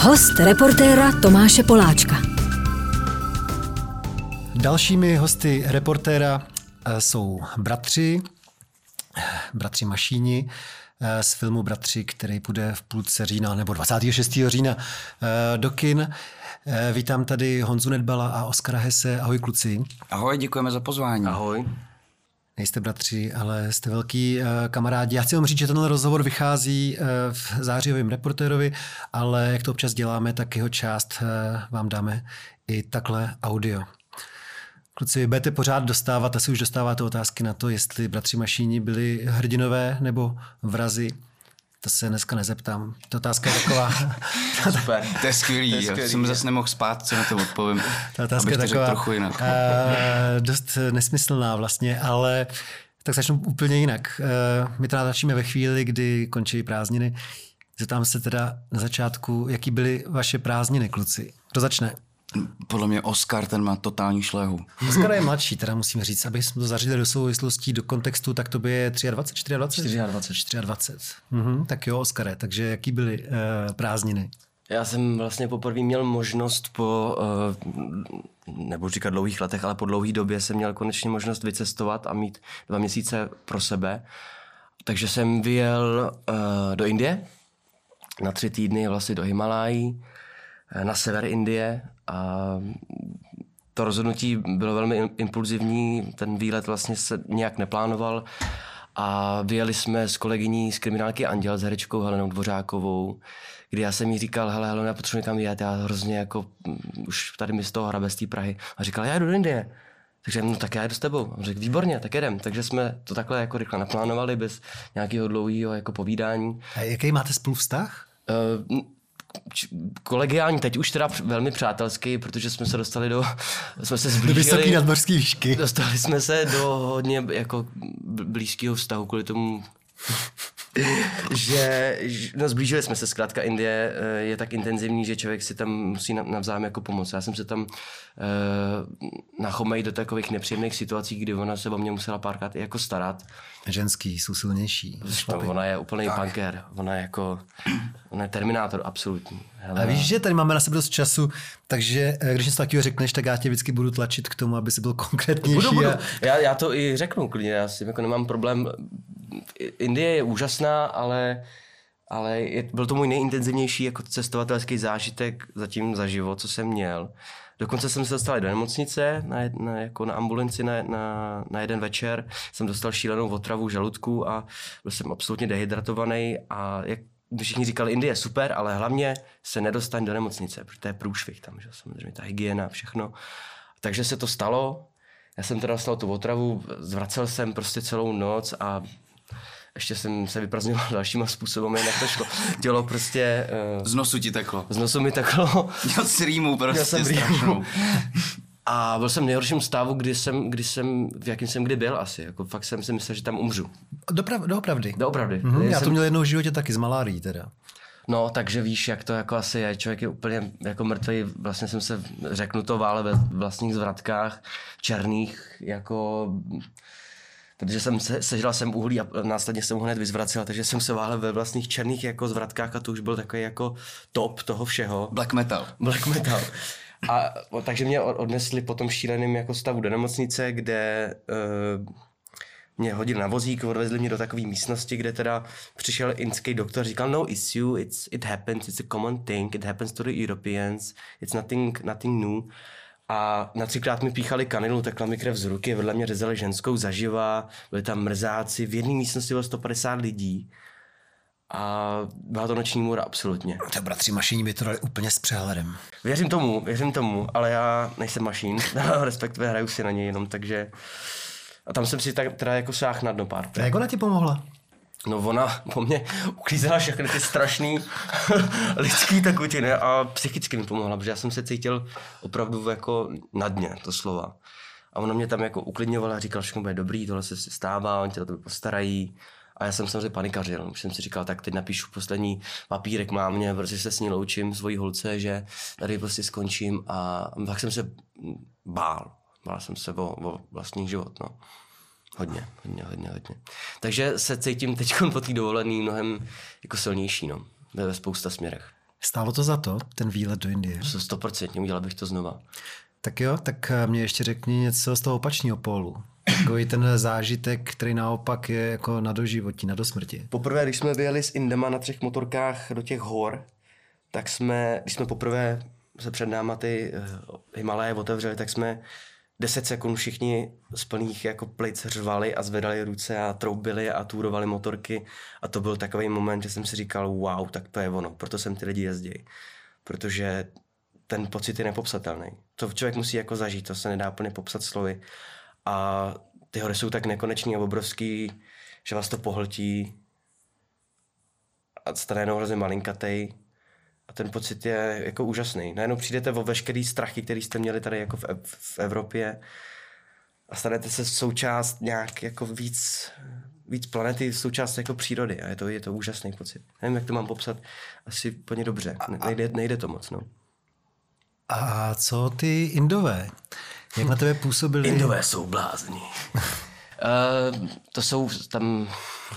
Host reportéra Tomáše Poláčka. Dalšími hosty reportéra jsou bratři Mašíni z filmu Bratři, který půjde v půlce října nebo 26. října do kin. Vítám tady Honzu Nedbala a Oskara Hesse. Ahoj kluci. Ahoj, děkujeme za pozvání. Ahoj. Nejste bratři, ale jste velký kamarádi. Já chci vám říct, že tenhle rozhovor vychází v zářijovém reportérovi, ale jak to občas děláme, tak jeho část vám dáme i takhle audio. Kluci, vy budete pořád dostávat, asi už dostáváte otázky na to, jestli bratři Mašíni byli hrdinové nebo vrazi. To se dneska nezeptám. Ta otázka je taková... Super, to je skvělý. Já jsem zase nemohl spát, co na to odpovím. Ta otázka je taková trochu jinak. Dost nesmyslná vlastně, ale tak začnu úplně jinak. My teda začneme ve chvíli, kdy končí prázdniny. Zeptám se teda na začátku, jaký byly vaše prázdniny, kluci. Kdo začne? Podle mě Oskar, ten má totální šlehu. Oskar je mladší, teda musím říct, aby jsme to zařídili do souvislostí, do kontextu, tak to by je 23, 24? Tak jo, Oskare, takže jaký byly prázdniny? Já jsem vlastně poprvé měl možnost po, nebudu říkat dlouhých letech, ale po dlouhé době jsem měl konečně možnost vycestovat a mít 2 měsíce pro sebe. Takže jsem vyjel do Indie na 3 týdny vlastně do Himalají, na sever Indie a to rozhodnutí bylo velmi impulzivní, ten výlet vlastně se nějak neplánoval a vyjeli jsme s kolegyní z Kriminálky Anděl, s herečkou Helenou Dvořákovou, kdy já jsem jí říkal, hele, já potřebuji tam jet, já hrozně jako už tady mi z toho hrabe z té Prahy. A říkal, já jdu do Indie. Takže no tak já jdu s tebou. A řekl, výborně, tak jedem. Takže jsme to takhle jako rychle naplánovali, bez nějakého dlouhého jako povídání. A jaký máte spolu vztah? Kolegiální, teď už teda velmi přátelský, protože jsme se dostali jsme se zblížili. Do vysoký nadmořský výšky. Dostali jsme se do hodně jako blízkého vztahu kvůli tomu, že zblížili jsme se, zkrátka Indie je tak intenzivní, že člověk si tam musí navzájem jako pomoct. Já jsem se tam nachomej do takových nepříjemných situací, kdy ona se o mě musela párkrát i jako starat. Ženský jsou silnější. Ona je úplný punker, ona je terminátor absolutní. Hele. A víš, že tady máme na sebe dost času, takže když něco takového řekneš, tak já tě vždycky budu tlačit k tomu, aby jsi byl konkrétnější. Budu. Já to i řeknu klidně, já si jako nemám problém. Indie je úžasná, ale byl to můj nejintenzivnější jako cestovatelský zážitek zatím za život, co jsem měl. Dokonce jsem se dostal do nemocnice, na ambulanci na jeden večer. Jsem dostal šílenou otravu žaludku a byl jsem absolutně dehydratovaný. A jak všichni říkali, Indie je super, ale hlavně se nedostaň do nemocnice, protože to je průšvih tam, že samozřejmě ta hygiena, všechno. Takže se to stalo. Já jsem teda dostal tu otravu, zvracel jsem prostě celou noc a ještě jsem se vyprazdňoval dalšíma způsobem, jinak to šlo. Dělo prostě... Z nosu ti teklo. Z nosu mi teklo. Měl jsi rýmu prostě strašnou. A byl jsem v nejhorším stavu, v jakým jsem kdy byl asi. Jako fakt jsem si myslel, že tam umřu. Doopravdy. Já to měl jednou v životě taky z malárií teda. No, takže víš, jak to jako asi je. Člověk je úplně jako mrtvý. Vlastně jsem se, řeknu to, vále ve vlastních zvratkách, černých, jako... Protože sežral jsem uhlí a následně jsem ho hned vyzvracel, takže jsem se válel ve vlastních černých jako zvratkách a to už byl takový jako top toho všeho. Black metal. A takže mě odnesli po tom šíleném jako stavu do nemocnice, kde mě hodili na vozík, odvezli mě do takové místnosti, kde teda přišel indský doktor, říkal, no issue, it happens, it's a common thing, it happens to the Europeans, it's nothing new. A na 3krát mi píchali kanilu, tekla mi krev z ruky, vedle mě řezali ženskou zaživa, byli tam mrzáci, v jedné místnosti bylo 150 lidí a byla to noční můra absolutně. To bratři Mašíni by to dali úplně s přehledem. Věřím tomu, ale já nejsem Mašín, respektive hraju si na něj jenom, takže... A tam jsem si teda jako sáhl na dno pár. A jak ona ti pomohla? No ona po mě uklízela všechny ty strašný lidský tekutiny a psychicky mi pomohla, protože já jsem se cítil opravdu jako na dně, to slova. A ona mě tam jako uklidňovala a říkala, všechno bude dobrý, tohle se stává, oni tě o to postarají. A já jsem samozřejmě panikařil, už jsem si říkal, tak teď napíšu poslední papírek mámě, protože se s ní loučím, svojí holce, že tady prostě skončím a tak jsem se bál jsem se o vlastní život, no. Hodně. Takže se cítím teď po té dovolený mnohem jako silnější, no, ve spousta směrech. Stálo to za to, ten výlet do Indie? 100%, udělal bych to znova. Tak jo, tak mě ještě řekni něco z toho opačného pólu. Takový ten zážitek, který naopak je jako na doživotí, na dosmrti. Poprvé, když jsme vyjeli s Indama na 3 motorkách do těch hor, tak když jsme poprvé se před náma ty Himalaje otevřeli, tak jsme 10 sekund všichni z plných jako plic řvali a zvedali ruce a troubili a túrovali motorky. A to byl takový moment, že jsem si říkal, wow, tak to je ono, proto sem ty lidi jezdí. Protože ten pocit je nepopsatelný. To člověk musí jako zažít, to se nedá úplně popsat slovy. A ty hory jsou tak nekonečný a obrovský, že vás to pohltí a jste najednou hrozně malinkatej. A ten pocit je jako úžasný. Najednou přijdete o veškerý strachy, který jste měli tady jako v Evropě a stanete se součást nějak jako víc planety, součást jako přírody a je to úžasný pocit. Nevím, jak to mám popsat asi úplně dobře. Nejde to moc, no. A co ty Indové? Jak na tebe působili? Indové jsou blázni. To jsou tam...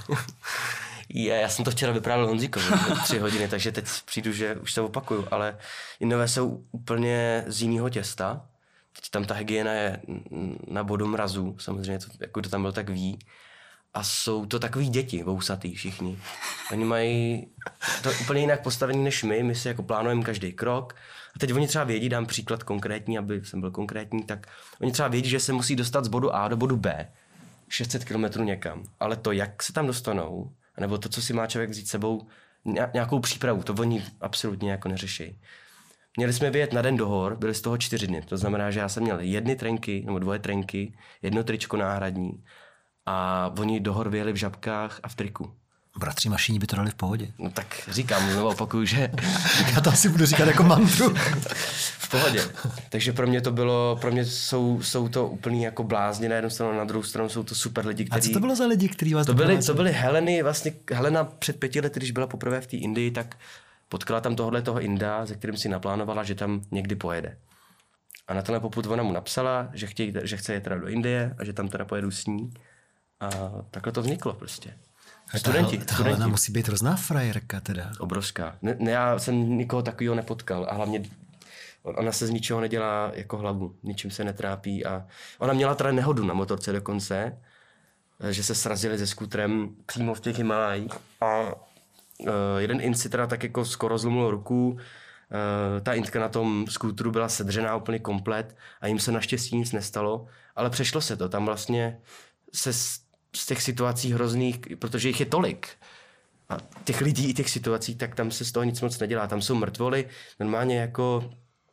Já jsem to včera vyprávěl Honzíkovi 3 hodiny, takže teď přijdu, že už se opakuju, ale Indové jsou úplně z jiného těsta. Teď tam ta hygiena je na bodu mrazu, samozřejmě, jako kdo tam byl, tak ví. A jsou to takový děti, vousatý všichni. Oni mají to úplně jinak postavení než my si jako plánujeme každý krok. A teď oni třeba vědí, dám příklad konkrétní, aby jsem byl konkrétní, tak oni třeba vědí, že se musí dostat z bodu A do bodu B 600 km někam. Ale to, jak se tam dostanou, nebo to, co si má člověk vzít sebou, nějakou přípravu, to oni absolutně jako neřeší. Měli jsme vyjet na den do hor, byly z toho 4 dny. To znamená, že já jsem měl 1 trenky, nebo 2 trenky, 1 tričko náhradní a oni do hor vyjeli v žabkách a v triku. Bratři Mašíni by to dali v pohodě. No tak říkám, znovu opakuju, že... Já to asi budu říkat jako mantru. V pohodě. Takže pro mě jsou to úplný jako blázni na jednu stranu, na druhou stranu jsou to super lidi, kteří... A co to bylo za lidi, kteří vás to byly Heleny, vlastně Helena před 5 lety, když byla poprvé v té Indii, tak potkala tam toho Inda, se kterým si naplánovala, že tam někdy pojede. A na tenhle popud ona mu napsala, že chce jet teda do Indie a že tam teda pojedu s ní. A takhle to vzniklo prostě. Studenti. Helena musí být hrozná frajerka teda. Obrovská. Ne, já jsem nikoho takového nepotkal a hlavně ona se z ničeho nedělá jako hlavu, ničím se netrápí a ona měla teda nehodu na motorce dokonce, že se srazili se skútrem přímo v těch Himalajích a jeden Ind si teda tak jako skoro zlomil ruku, ta Indka na tom skútru byla sedřená úplně komplet a jim se naštěstí nic nestalo, ale přešlo se to, tam vlastně se z těch situací hrozných, protože jich je tolik a těch lidí i těch situací, tak tam se z toho nic moc nedělá, tam jsou mrtvoly, normálně jako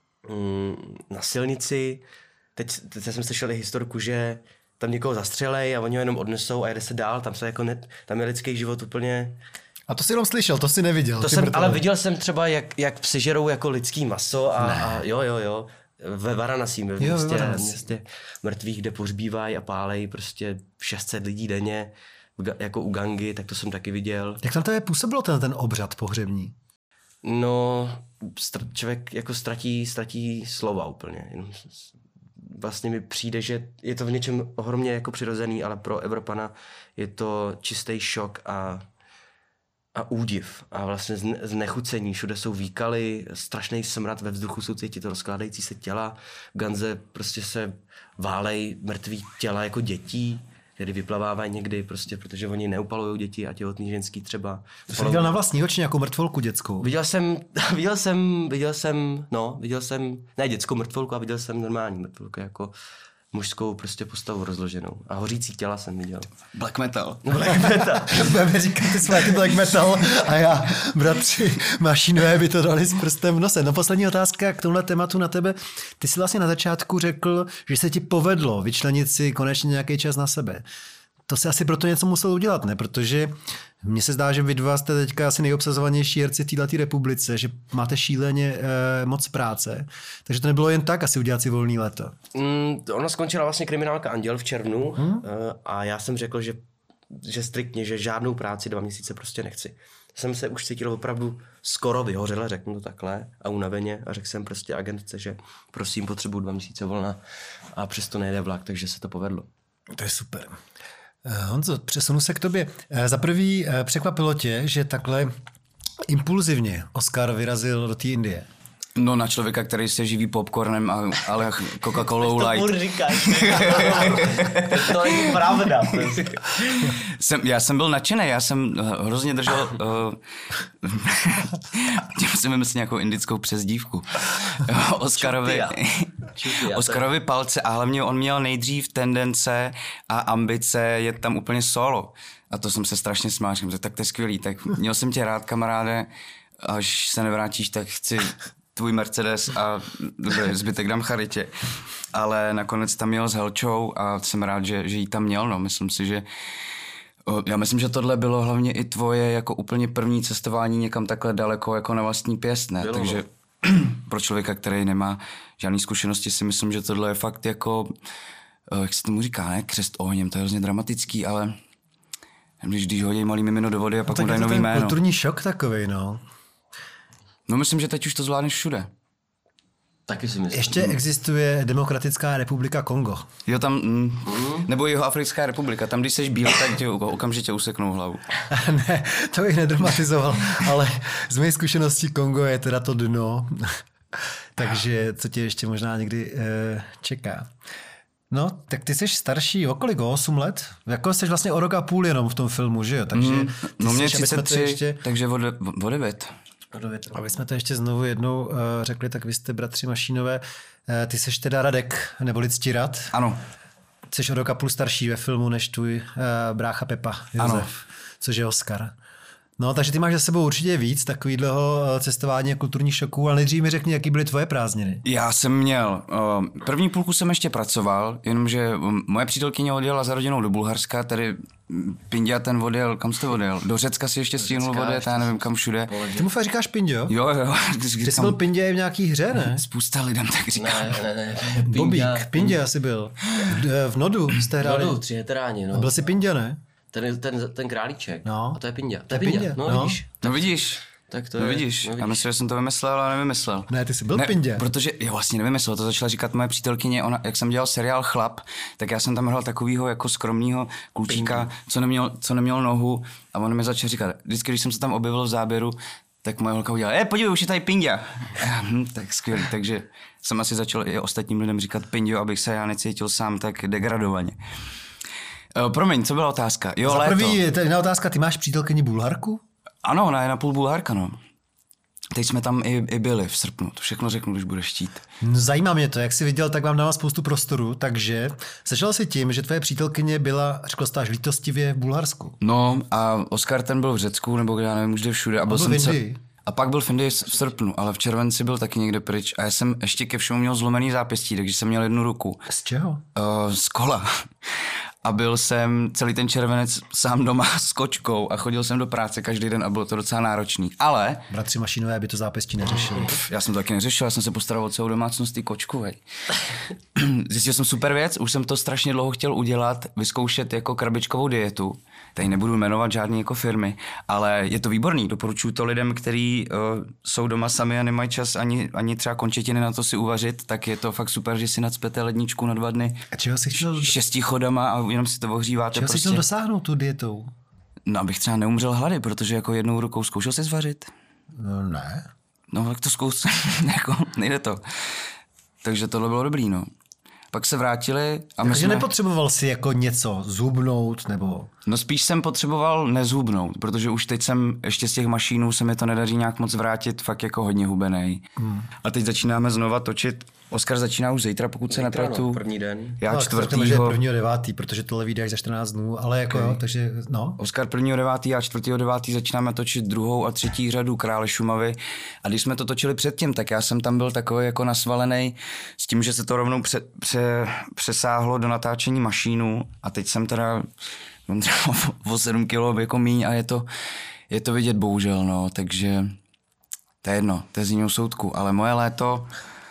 na silnici, teď jsem slyšel historku, že tam někoho zastřelej a oni ho jenom odnesou a jede se dál, tam se jako tam je lidský život úplně... A to jsi jenom slyšel, to jsi neviděl. Ale viděl jsem třeba, jak přižerou jako lidský maso a jo. Ve Varanasi, ve městě mrtvých, kde pohřbívají a pálejí prostě 600 lidí denně, jako u Gangy, tak to jsem taky viděl. Jak tam tebe působilo ten obřad pohřební? No, člověk jako ztratí slova úplně. Vlastně mi přijde, že je to v něčem ohromně jako přirozený, ale pro Evropana je to čistý šok a údiv a vlastně znechucení. Všude jsou výkaly, strašný smrad, ve vzduchu jsou cítit rozkládající se těla. V Ganze prostě se válej mrtví těla jako dětí, který vyplavávají někdy prostě, protože oni neupalují děti a těhotný ženský třeba. Jsi viděl na vlastní oči nějakou mrtvolku dětskou? Viděl jsem ne dětskou mrtvolku, a viděl jsem normální mrtvolku, jako mužskou prostě postavu rozloženou. A hořící těla jsem viděl. Black metal. Budeme říkat ty své black metal a já, bratři Mašínové, by to dali s prstem v nose. No poslední otázka k tomuhle tématu na tebe. Ty jsi vlastně na začátku řekl, že se ti povedlo vyčlenit si konečně nějaký čas na sebe. To se asi proto něco musel udělat, ne? Protože mně se zdá, že vy dva jste teďka asi nejobsazovanější herci v této republice, že máte šíleně moc práce, takže to nebylo jen tak asi udělat si volný léto. Ona skončila vlastně Kriminálka Anděl v červnu a já jsem řekl, že striktně, že žádnou práci 2 měsíce prostě nechci. Jsem se už cítil opravdu skoro vyhořele, řeknu to takhle, a unaveně a řekl jsem prostě agentce, že prosím, potřebuji 2 měsíce volna a přesto nejde vlak, takže se to povedlo. To je super. Honzo, přesunu se k tobě. Za prvý překvapilo tě, že takhle Impulzivně Oscar vyrazil do té Indie. No na člověka, který se živí popcornem, ale Coca-Colou light. To říkáš. To není pravda. Já jsem byl nadšený, já jsem hrozně držel, tím si vymyslel nějakou indickou přezdívku. Oscarovi palce a hlavně on měl nejdřív tendence a ambice jet tam úplně solo. A to jsem se strašně smál, že tak to je skvělý, tak měl jsem tě rád, kamaráde, až se nevrátíš, tak chci tvůj Mercedes a dobré, zbytek dám charitě. Ale nakonec tam jel s Helčou a jsem rád, že jí tam měl. No. Já myslím, že tohle bylo hlavně i tvoje jako úplně první cestování někam takhle daleko jako na vlastní pěst, ne? Bylo, takže pro člověka, který nemá žádný zkušenosti, si myslím, že tohle je fakt jako, jak se tomu říká, ne? Křest ohněm, to je hrozně dramatický, ale když hodí malý mimino do vody a pak mu dají nový jméno. Kulturní šok takovej, no. No myslím, že teď už to zvládneš všude. Taky si myslím. Ještě existuje Demokratická republika Kongo. Jo, tam, nebo Jihoafrická republika, tam když seš bíl, tak tě okamžitě useknou hlavu. Ne, to bych nedramatizoval, ale z mé zkušeností Kongo je teda to dno. Takže co tě ještě možná někdy čeká. No, tak ty jsi starší o kolik? O 8 let? Jako jsi vlastně o rok a půl jenom v tom filmu, že jo? Takže no mě 33, takže o 9. Aby jsme to ještě znovu jednou řekli, tak vy jste bratři Mašínové. Ty seš teda Radek, neboli Ctirad. Ano. Jsi o rok a půl starší ve filmu než tvůj brácha Pepa, Josef, ano. Což je Oscar. No, takže ty máš za sebou určitě víc takovýhleho cestování a kulturních šoků, ale nejdřív mi řekni, jaký byly tvoje prázdniny. Já jsem měl, první půlku jsem ještě pracoval, jenomže moje přítelkyně odjela za rodinou do Bulharska, tady Pindia ten odjel, kam jste odjel? Do Řecka si ještě stihnul odjet, já nevím kam všude. Ty mu fakt říkáš Pindio? Jo. Ty jsi byl Pindia i v nějaký hře, ne? Spousta lidem tak říká. Ne. Bobík, Pindia asi byl. V Nodu jste hráli. V Nodu, 3 veteráni, no. Byl jsi Pindia, ne? Ten králíček. No. A to je Pindia. To je Pindia. No, vidíš. Tak to no je, vidíš. Já myslím, že jsem to vymyslel, ale nevymyslel. Ne, ty jsi byl Pindia. Protože já vlastně nevymyslel, to začala říkat moje přítelkyně, ona, jak jsem dělal seriál Chlap, tak já jsem tam hrál takovýho jako skromného klučíka, co neměl nohu a on mi začal říkat, vždycky, když jsem se tam objevil v záběru, tak moje holka udělala, podívej, už je tady Pindia. Tak skvělý, takže jsem asi začal i ostatním lidem říkat Pindio, abych se já necítil sám tak degradovaně. Promiň, co byla otázka? Jo, za prvý, jedna otázka, ty máš přítelkyni Bulharku? Ano, ona je napůl Bulharka, no. Teď jsme tam i byli v srpnu, to všechno řeknu, když budeš chtít. No, zajímá mě to, jak jsi viděl, tak vám dává spoustu prostoru, takže začal si tím, že tvoje přítelkyně byla, řekl jsi, až lítostivě v Bulharsku. No a Oskar ten byl v Řecku, nebo já nevím, už jde všude. A byl jsem a pak byl v Indii v srpnu, ale v červenci byl taky někde pryč. A já jsem ještě ke všemu měl zlomený zápěstí, takže jsem měl jednu ruku. Z čeho? Z kola. A byl jsem celý ten červenec sám doma s kočkou a chodil jsem do práce každý den a bylo to docela náročný. Ale... Bratři Mašínové by to zápěstí neřešili. Já jsem to taky neřešil, já jsem se postaral o celou domácnost i kočku, vej. Zjistil jsem super věc, už jsem to strašně dlouho chtěl udělat, vyzkoušet jako krabičkovou dietu. Tady nebudu jmenovat žádný jako firmy, ale je to výborný, doporučuji to lidem, kteří jsou doma sami a nemají čas ani třeba končetiny na to si uvařit, tak je to fakt super, že si nacpete ledničku na 2 dny. A čeho jsi chtěl? 6 chodama a jenom si to ohříváte. Čeho jsi chtěl dosáhnout tu dietou? No, abych třeba neumřel hlady, protože jako jednou rukou zkoušel jsi zvařit? No, ne. No, tak to zkus, jako nejde to. Takže tohle bylo dobrý, no. Pak se vrátili a takže nepotřeboval si jako něco zhubnout nebo... No spíš jsem potřeboval nezhubnout, protože už teď jsem, ještě z těch mašínů se mi to nedaří nějak moc vrátit, fakt jako hodně hubenej. A teď začínáme znova točit. Oskar začíná už zítra, pokud se nepletu. První den. Já no, 4. 1.9., protože tohle vyjde až za 14 dnů, ale jako jo, takže no. Oskar 1.9. a 4.9. začínáme točit 2. a 3. řadu Krále Šumavy. A když jsme to točili předtím, tak já jsem tam byl takový jako nasvalený s tím, že se to rovnou přesáhlo do natáčení mašínu a teď jsem teda mám třeba o 7 kilo jako míň a je to vidět bohužel, no, takže to je jedno, to je z jiného soudku, ale moje léto,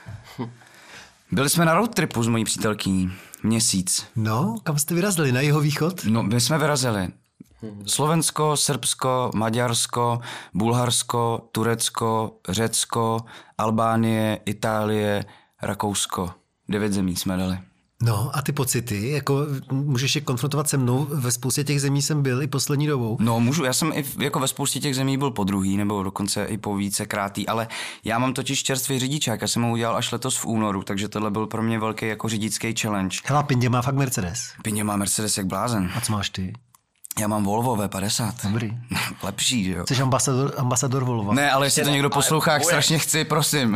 byli jsme na road tripu s mojí přítelkyní, měsíc. No, kam jste vyrazili, na jihovýchod? No, my jsme vyrazili Slovensko, Srbsko, Maďarsko, Bulharsko, Turecko, Řecko, Albánie, Itálie, Rakousko, 9 zemí jsme dali. No a ty pocity, jako můžeš je konfrontovat se mnou, ve spoustě těch zemí jsem byl i poslední dobou. No můžu, já jsem i jako ve spoustě těch zemí byl po druhý, nebo dokonce i po vícekrátý, ale já mám totiž čerstvý řidičák, já jsem ho udělal až letos v únoru, takže tohle byl pro mě velký jako řidičský challenge. Hele, Pindě má fakt Mercedes. Pindě má Mercedes jak blázen. A co máš ty? Já mám Volvo V50. Dobrý. Lepší, že jo? Jsi ambasador Volvo. Ne, ale jestli to někdo poslouchá, jak strašně chci, prosím.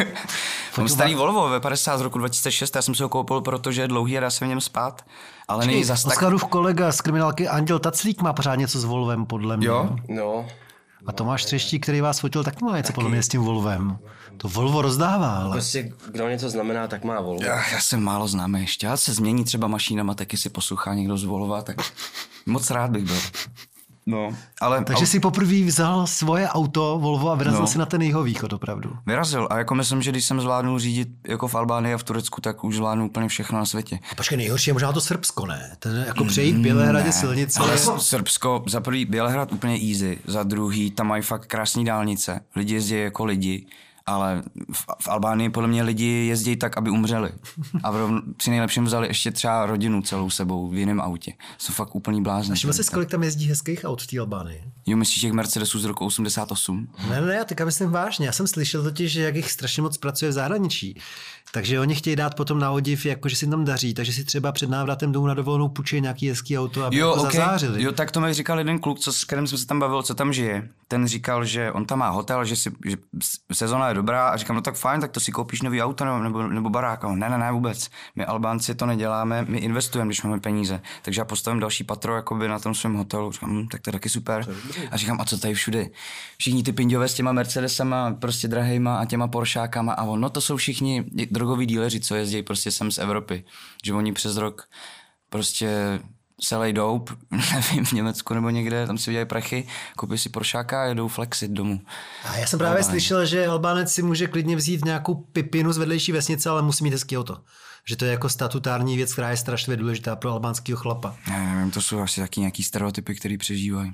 Mám starý Volvo V50 z roku 2006, já jsem si ho koupil, protože je dlouhý a dá se v něm spát. Ale není zas tak... Oskarův kolega z kriminálky Anděl Taclík má pořád něco s Volvem, podle mě. Jo? No. A Tomáš Třeštík, který vás fotil, tak má něco podle mě s tím Volvem. To Volvo rozdává, ale... Prostě kdo něco znamená, tak má Volvo. Já jsem málo známý ještě, ale se změní třeba mašínama, taky si poslouchá někdo z Volva, tak moc rád bych byl. No, ale... Takže si poprvé vzal svoje auto Volvo a vyrazil si na ten jihovýchod, opravdu. Vyrazil a jako myslím, že když jsem zvládnul řídit jako v Albánii a v Turecku, tak už zvládnu úplně všechno na světě. Počkej, nejhorší je možná to Srbsko, ne? Ten jako přejít v Bělehradě silnice. Ale Srbsko, za prvý Bělehrad úplně easy, za druhý tam mají fakt krásné dálnice, lidi jezdí jako lidi. Ale v Albánii podle mě lidi jezdí tak, aby umřeli. A při nejlepším vzali ještě třeba rodinu celou sebou v jiném autě. Jsou fakt úplný blázni. A všiml jsi, kolik tam jezdí hezkých aut v té Albánii? Jo, myslíš těch Mercedesů z roku 88? Ne, já teďka myslím vážně. Já jsem slyšel totiž, že jak jich strašně moc pracuje v zahraničí. Takže oni chtějí dát potom na odiv, jako že si tam daří, takže si třeba před návratem domů na dovolenou půjčí nějaký hezký auto, aby jo, jako zazářili. Jo, tak to mi říkal jeden kluk, s kterým jsem se tam bavil, co tam žije. Ten říkal, že on tam má hotel, že sezona je dobrá a říkám, no tak fajn, tak to si koupíš nový auto nebo barák. A on, ne, vůbec. My Albánci to neděláme, my investujeme, když máme peníze. Takže já postavím další patro jakoby na tom svém hotelu. Říkám, tak to je taky super. A říkám, a co tady všude? Všichni ty pinďové s těma Mercedesama, prostě drahejma a těma Poršákama a on, no to jsou všichni drogoví díleři, co jezdí prostě sem z Evropy. Že oni přes rok prostě selej dope, nevím, v Německu nebo někde, tam si udělají prachy, koupí si Poršáka a jedou flexit domů. A já jsem právě slyšel, že Albánec si může klidně vzít nějakou pipinu z vedlejší vesnice, ale musí mít hezký auto. Že to je jako statutární věc, která je strašně důležitá pro albánského chlapa. Já nevím, to jsou asi taky nějaký stereotypy, který přežívají.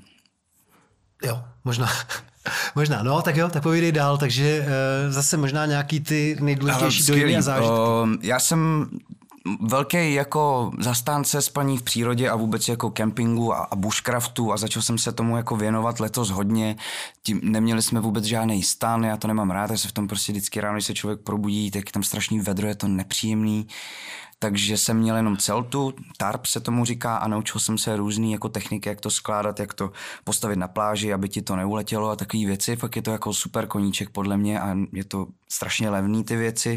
Jo, možná. Možná, no tak jo, tak povídej dál, takže zase možná nějaký ty nejdůležitější dojmy a zážitky. Já jsem velký jako zastánce spaní v přírodě a vůbec jako kempingu a bushcraftu a začal jsem se tomu jako věnovat letos hodně. Tím neměli jsme vůbec žádný stan, já to nemám rád, já se v tom prostě vždycky ráno, když se člověk probudí, tak tam strašný vedro, je to nepříjemný. Takže jsem měl jenom celtu, tarp se tomu říká a naučil jsem se různý jako techniky, jak to skládat, jak to postavit na pláži, aby ti to neuletělo a takové věci. Fakt je to jako super koníček podle mě a je to strašně levný ty věci.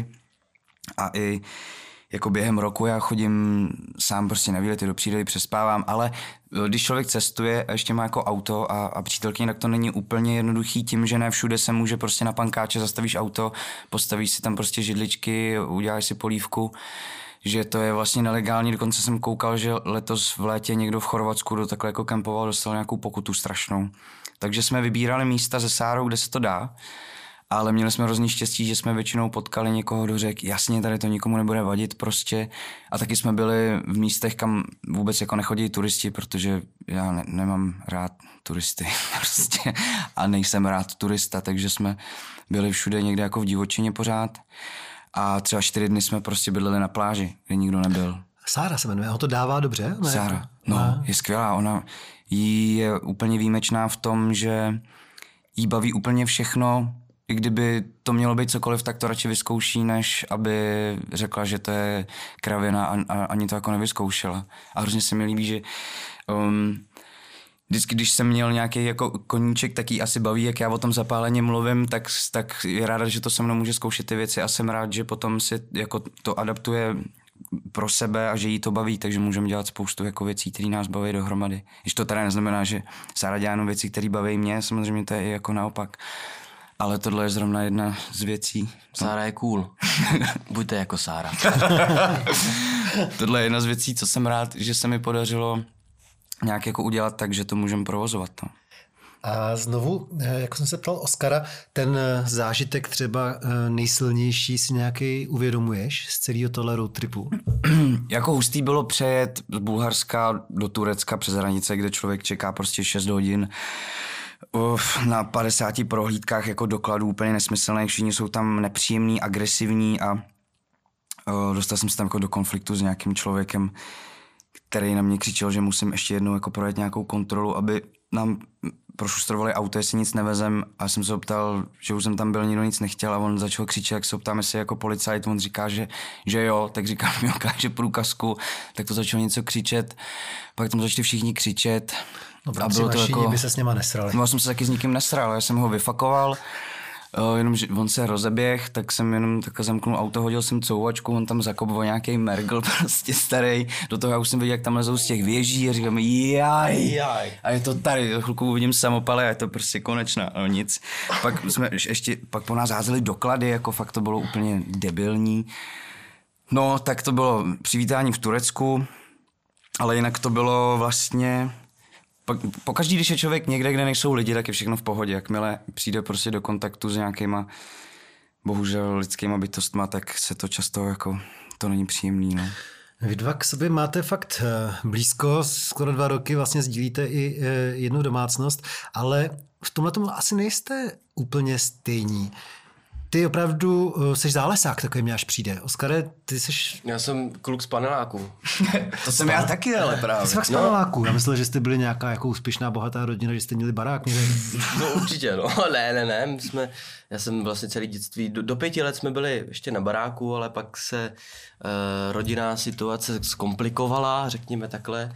A i jako během roku já chodím sám prostě na výlety do přírody, přespávám, ale když člověk cestuje a ještě má jako auto a přítelkyně, tak to není úplně jednoduchý tím, že ne všude se může prostě na pankáče, zastavíš auto, postavíš si tam prostě židličky, uděláš si polívku, že to je vlastně nelegální, dokonce jsem koukal, že letos v létě někdo v Chorvatsku do takhle jako kempoval, dostal nějakou pokutu strašnou. Takže jsme vybírali místa se Sárou, kde se to dá, ale měli jsme hrozný štěstí, že jsme většinou potkali někoho, kdo řekl, jasně, tady to nikomu nebude vadit prostě. A taky jsme byli v místech, kam vůbec jako nechodí turisti, protože já nemám rád turisty prostě a nejsem rád turista, takže jsme byli všude někde jako v divočině pořád. A třeba 4 dny jsme prostě bydleli na pláži, kde nikdo nebyl. Sára se jmenuje, on to dává dobře? Ne? Sára, no, je skvělá. Ona jí je úplně výjimečná v tom, že jí baví úplně všechno. I kdyby to mělo být cokoliv, tak to radši vyzkouší, než aby řekla, že to je kravina a ani to jako nevyzkoušela. A hrozně se mi líbí, že vždycky, když jsem měl nějaký jako koníček, tak jí asi baví, jak já o tom zapáleně mluvím, tak je ráda, že to se mnou může zkoušet ty věci a jsem rád, že potom si jako to adaptuje pro sebe a že jí to baví, takže můžeme dělat spoustu jako věcí, které nás baví dohromady. Když to teda neznamená, že Sára dělá jenom věci, které baví mě, samozřejmě to je i jako naopak. Ale tohle je zrovna jedna z věcí. Sára je cool. Buďte jako Sára. Tohle je jedna z věcí, co jsem rád, že se mi podařilo nějak jako udělat tak, že to můžeme provozovat. No. A znovu, jako jsem se ptal Oskara, ten zážitek třeba nejsilnější si nějaký uvědomuješ z celého tohle road tripu? Jako hustý bylo přejet z Bulharska do Turecka přes hranice, kde člověk čeká prostě 6 hodin na 50 prohlídkách jako dokladů úplně nesmyslných, všichni jsou tam nepříjemní, agresivní a Dostal jsem se tam jako do konfliktu s nějakým člověkem, který na mě křičel, že musím ještě jednou jako projet nějakou kontrolu, aby nám prošustrovali auto, jestli nic nevezem. A já jsem se optal, že už jsem tam byl, nikdo nic nechtěl a on začal křičet, jak se optáme si jako policajt, on říká, že jo, tak říkám, mi ukáže průkazku, tak to začalo něco křičet, pak tam začali všichni křičet. No, a bylo to jako... by se s něma nesrali. No, já jsem se taky s nikým nesral, já jsem ho vyfakoval, jenomže on se rozeběh, tak jsem jenom takhle zamknul auto, hodil jsem couvačku, on tam zakopoval nějaký mergl prostě starý, do toho já už jsem viděl, jak tam lezou z těch věží a říkám jaj. A je to tady, za chvilku uvidím samopaly a je to prostě konečná, no nic. Pak po nás házeli doklady, jako fakt to bylo úplně debilní. No, tak to bylo přivítání v Turecku, ale jinak to bylo vlastně... Pokaždý, když je člověk někde, kde nejsou lidi, tak je všechno v pohodě. Jakmile přijde prostě do kontaktu s nějakýma, bohužel, lidskýma bytostma, tak se to často jako, to není příjemný, no. Vy dva k sobě máte fakt blízko, skoro 2 roky vlastně sdílíte i jednu domácnost, ale v tomhle tomu asi nejste úplně stejní. Ty opravdu jsi zálesák, takový mě až přijde. Oskare, ty jsi... Já jsem kluk z paneláku. To jsem já taky, ale právě. Ty jsi fakt z paneláku. Já myslel, že jste byli nějaká jako úspěšná, bohatá rodina, že jste měli barák. No určitě, no. Ne. Já jsem vlastně celý dětství, do 5 let jsme byli ještě na baráku, ale pak se rodinná situace zkomplikovala, řekněme takhle.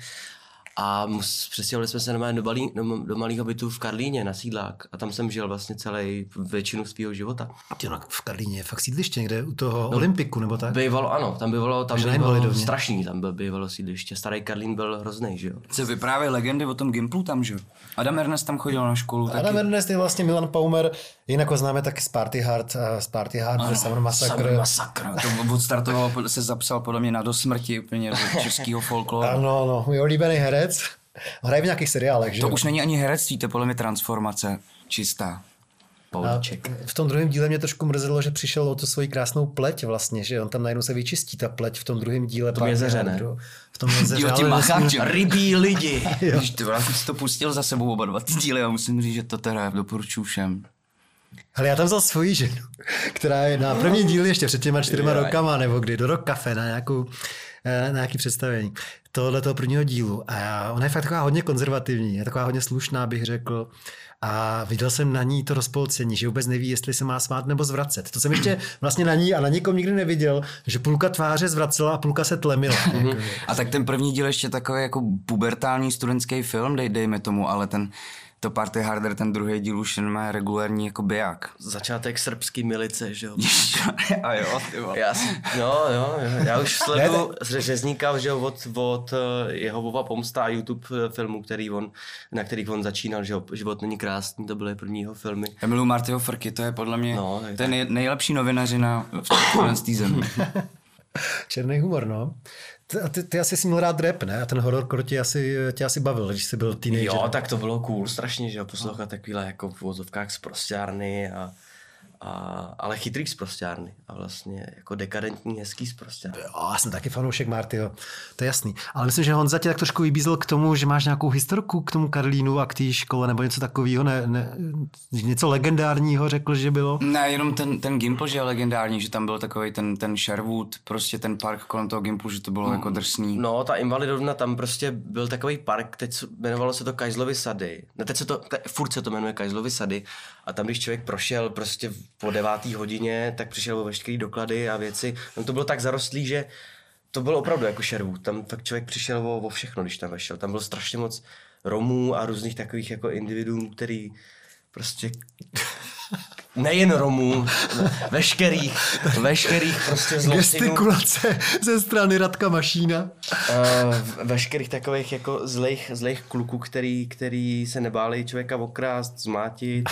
A přestěhovali jsme se do malého bytu v Karlíně na sídlák a tam jsem žil vlastně většinu svého života. V Karlíně je fakt sídliště někde u toho Olympiku nebo tak? Bývalo, ano, tam bývalo strašný, tam bývalo sídliště. Starý Karlín byl hrozný, že jo. Se vyprávějí legendy o tom Gimplu tam, že jo. Adam Ernest tam chodil na školu. Adam Ernest je vlastně Milan Paumer, jinak ho známe taky z Party Hard, The Summer Massacre. To odstartoval, se zapsal podle mě na dosmrti úplně do českého folkloru. Ano, můj oblíbený herec. Hraje v nějakých seriálech, že? To už není ani herectví, to je podle mě transformace čistá. Pouček. V tom druhém díle mě trošku mrzelo, že přišel o tu svoji krásnou pleť vlastně, že on tam najednou se vyčistí ta pleť v tom druhém díle. V tom jezeře, ne? V tom jezeře, rybí lidi. Když ty jsi to pustil za sebou oba 2 díly a musím říct, že to teda doporučuji všem. Ale já tam vzal svoji ženu, která je na první díl ještě před těma 4 rokama, nebo kdy do Rock Café na nějaký představení tohoto prvního dílu. A ona je fakt taková hodně konzervativní, je taková hodně slušná, bych řekl. A viděl jsem na ní to rozpolcení, že vůbec neví, jestli se má smát nebo zvracet. To jsem ještě vlastně na ní a na nikom nikdy neviděl, že půlka tváře zvracela a půlka se tlemila. A tak ten první díl ještě takový jako pubertální studentský film, dejme tomu, ale to Party Harder, ten druhý díl už má regulární jako biják. Začátek srbský milice, že jo? A jo, ty vole. Já už sleduju řezníka, že jo, od jeho Vova pomsta a YouTube filmu, na kterých on začínal, že jo, Život není krásný, to byly prvního filmy. Já miluji Martyho Frky, to je podle mě nejlepší novinařina v té zemi. Černý humor, no. Ty asi jsi měl rád rap, ne? A ten hororcore tě asi bavil, když jsi byl teenager. Jo, tak to bylo cool strašně, že jo, poslouchat takovýhle jako v vozovkách sprosťárny ale chytrý sprosťárny a vlastně jako dekadentní, hezký sprosťárny. Jo, já jsem taky fanoušek Martyho, to je jasný. Ale myslím, že Honza tě tak trošku vybízel k tomu, že máš nějakou historku k tomu Karlínu a k té škole nebo něco takového, něco legendárního řekl, že bylo? Ne, jenom ten Gimple, že je legendární, že tam byl takový ten Sherwood, prostě ten park kolem toho Gimplu, že to bylo jako drsný. No, ta Invalidovna, tam prostě byl takový park, teď jmenovalo se to Kajzlovy sady. Ne, furt se to jmenuje Kajzlovy sady a tam, když člověk prošel prostě po 9. hodině, tak přišel o veškerý doklady a věci. Tam to bylo tak zarostlý, že to bylo opravdu jako Sherwood. Tam fakt člověk přišel o všechno, když tam vešel. Tam bylo strašně moc Romů a různých takových jako individuů, který prostě nejen Romů, veškerých prostě zločinů. Gestikulace ze strany Radka Mašína. Veškerých takových jako zlejch kluků, který se nebáli člověka okrást, zmátit.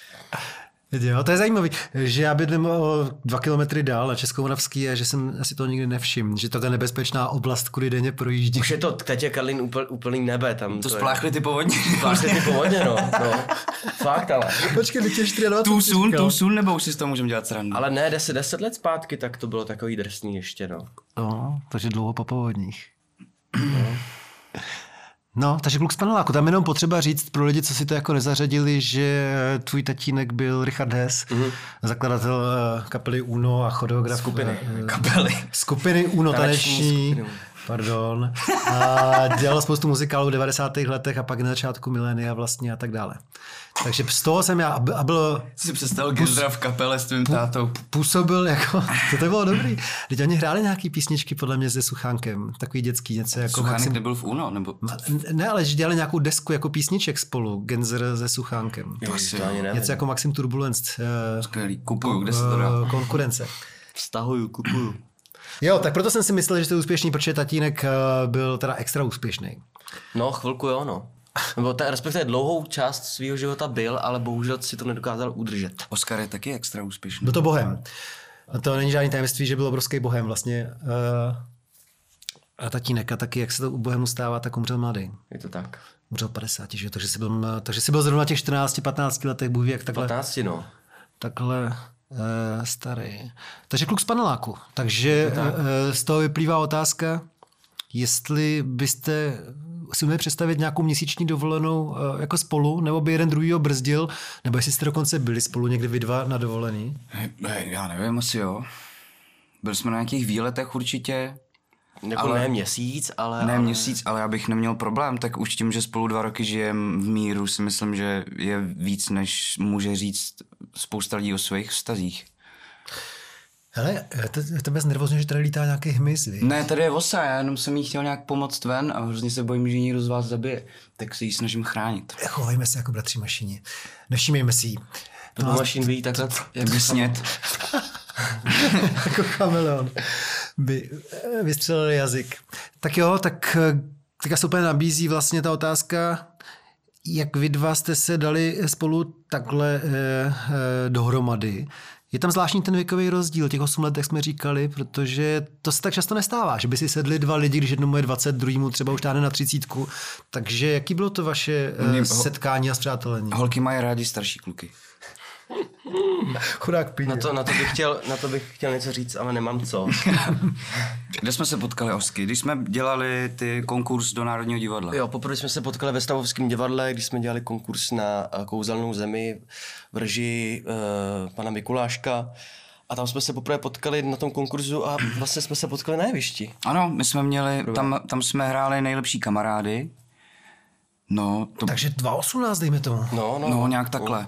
Jo, to je zajímavé, že já bydlím 2 kilometry dál na Českomoravský a že jsem asi to nikdy nevšiml, že to je nebezpečná oblast, kudy denně projíždí. Už je to teď je Karlín úplný nebe. Tam to spláchli ty povodně. Spláchli ty povodně, no. Fakt, ale. Počkej, ty tě 24. Too soon, nebo už si z toho můžeme dělat srandu? Ale ne, 10 let zpátky, tak to bylo takový drsný ještě, no. No, takže dlouho po povodních. No, takže Kluk z paneláku. Tam jenom potřeba říct pro lidi, co si to jako nezařadili, že tvůj tatínek byl Richard Hess, zakladatel kapely Uno a choreograf skupiny Uno taneční. Pardon. A dělal spoustu muzikálů v 90. letech a pak na začátku milénia vlastně a tak dále. Takže z toho jsem já a byl... Jsi představil Gendra v kapele s tvým tátou. Působil jako... To bylo dobrý. Teď oni hráli nějaký písničky podle mě se Suchánkem. Takový dětský něco jako... Suchánek nebyl v Uno, nebo... Ne, ale že dělali nějakou desku jako písniček spolu. Genzer se Suchánkem. Něco jako Maxim Turbulence. Skvělý. Kupuju, kde se to dá? Konkurence. Vztahuju, kupuju. Jo, tak proto jsem si myslel, že jste úspěšný, protože tatínek byl teda extra úspěšný. No, chvilku jo, no. Nebo respektive dlouhou část svého života byl, ale bohužel si to nedokázal udržet. Oskar je taky extra úspěšný. Byl to bohem. A to není žádný tajemství, že byl obrovský bohem vlastně. A tatínek a taky, jak se to u bohemu stává, tak umřel mladý. Je to tak. Umřel 50, že jo? Takže jsi byl zrovna těch 14-15 letech, Bůh ví, jak takhle. 15, no. Takhle starý. Takže Kluk z paneláku. Takže z toho vyplývá otázka, jestli byste si měli představit nějakou měsíční dovolenou jako spolu, nebo by jeden druhýho brzdil, nebo jestli jste dokonce byli spolu někdy vy dva na dovolený? Já nevím, asi jo. Byli jsme na nějakých výletech určitě. Jako ale, ne měsíc, ale... Ne měsíc, ale já bych neměl problém, tak už tím, že spolu 2 roky žijem v míru, si myslím, že je víc, než může říct spousta lidí o svých vztazích. Hele, tebe znervozně, že tady lítá nějaký hmyz, víš? Ne, tady je osa, já jenom jsem jí chtěl nějak pomoct ven a hrozně se bojím, že někdo z vás zabije, tak se jí snažím chránit. Chovejme se jako bratři mašině. Nevšímejme si jí. To mašin ví takhle, jak by snět. Jako chameleon by vystřelil jazyk. Tak jo, tak se úplně nabízí vlastně ta otázka, jak vy dva jste se dali spolu takhle dohromady. Je tam zvláštní ten věkový rozdíl, těch 8 let, jak jsme říkali, protože to se tak často nestává, že by si sedli 2 lidi, když jednomu je 20, druhýmu třeba už táhne na 30. Takže jaký bylo to vaše setkání a spřátelení? Holky mají rádi starší kluky. Chudák píně. Na to bych chtěl něco říct, ale nemám co. Kde jsme se potkali, Osky? Když jsme dělali ty konkurs do Národního divadla. Jo, poprvé jsme se potkali ve Stavovském divadle, když jsme dělali konkurs na Kouzelnou zemi v režii pana Mikuláška. A tam jsme se poprvé potkali na tom konkurzu a vlastně jsme se potkali na jevišti. Ano, my jsme měli, tam jsme hráli Nejlepší kamarády. No, to... Takže 2018, dejme tomu. No, nějak takhle.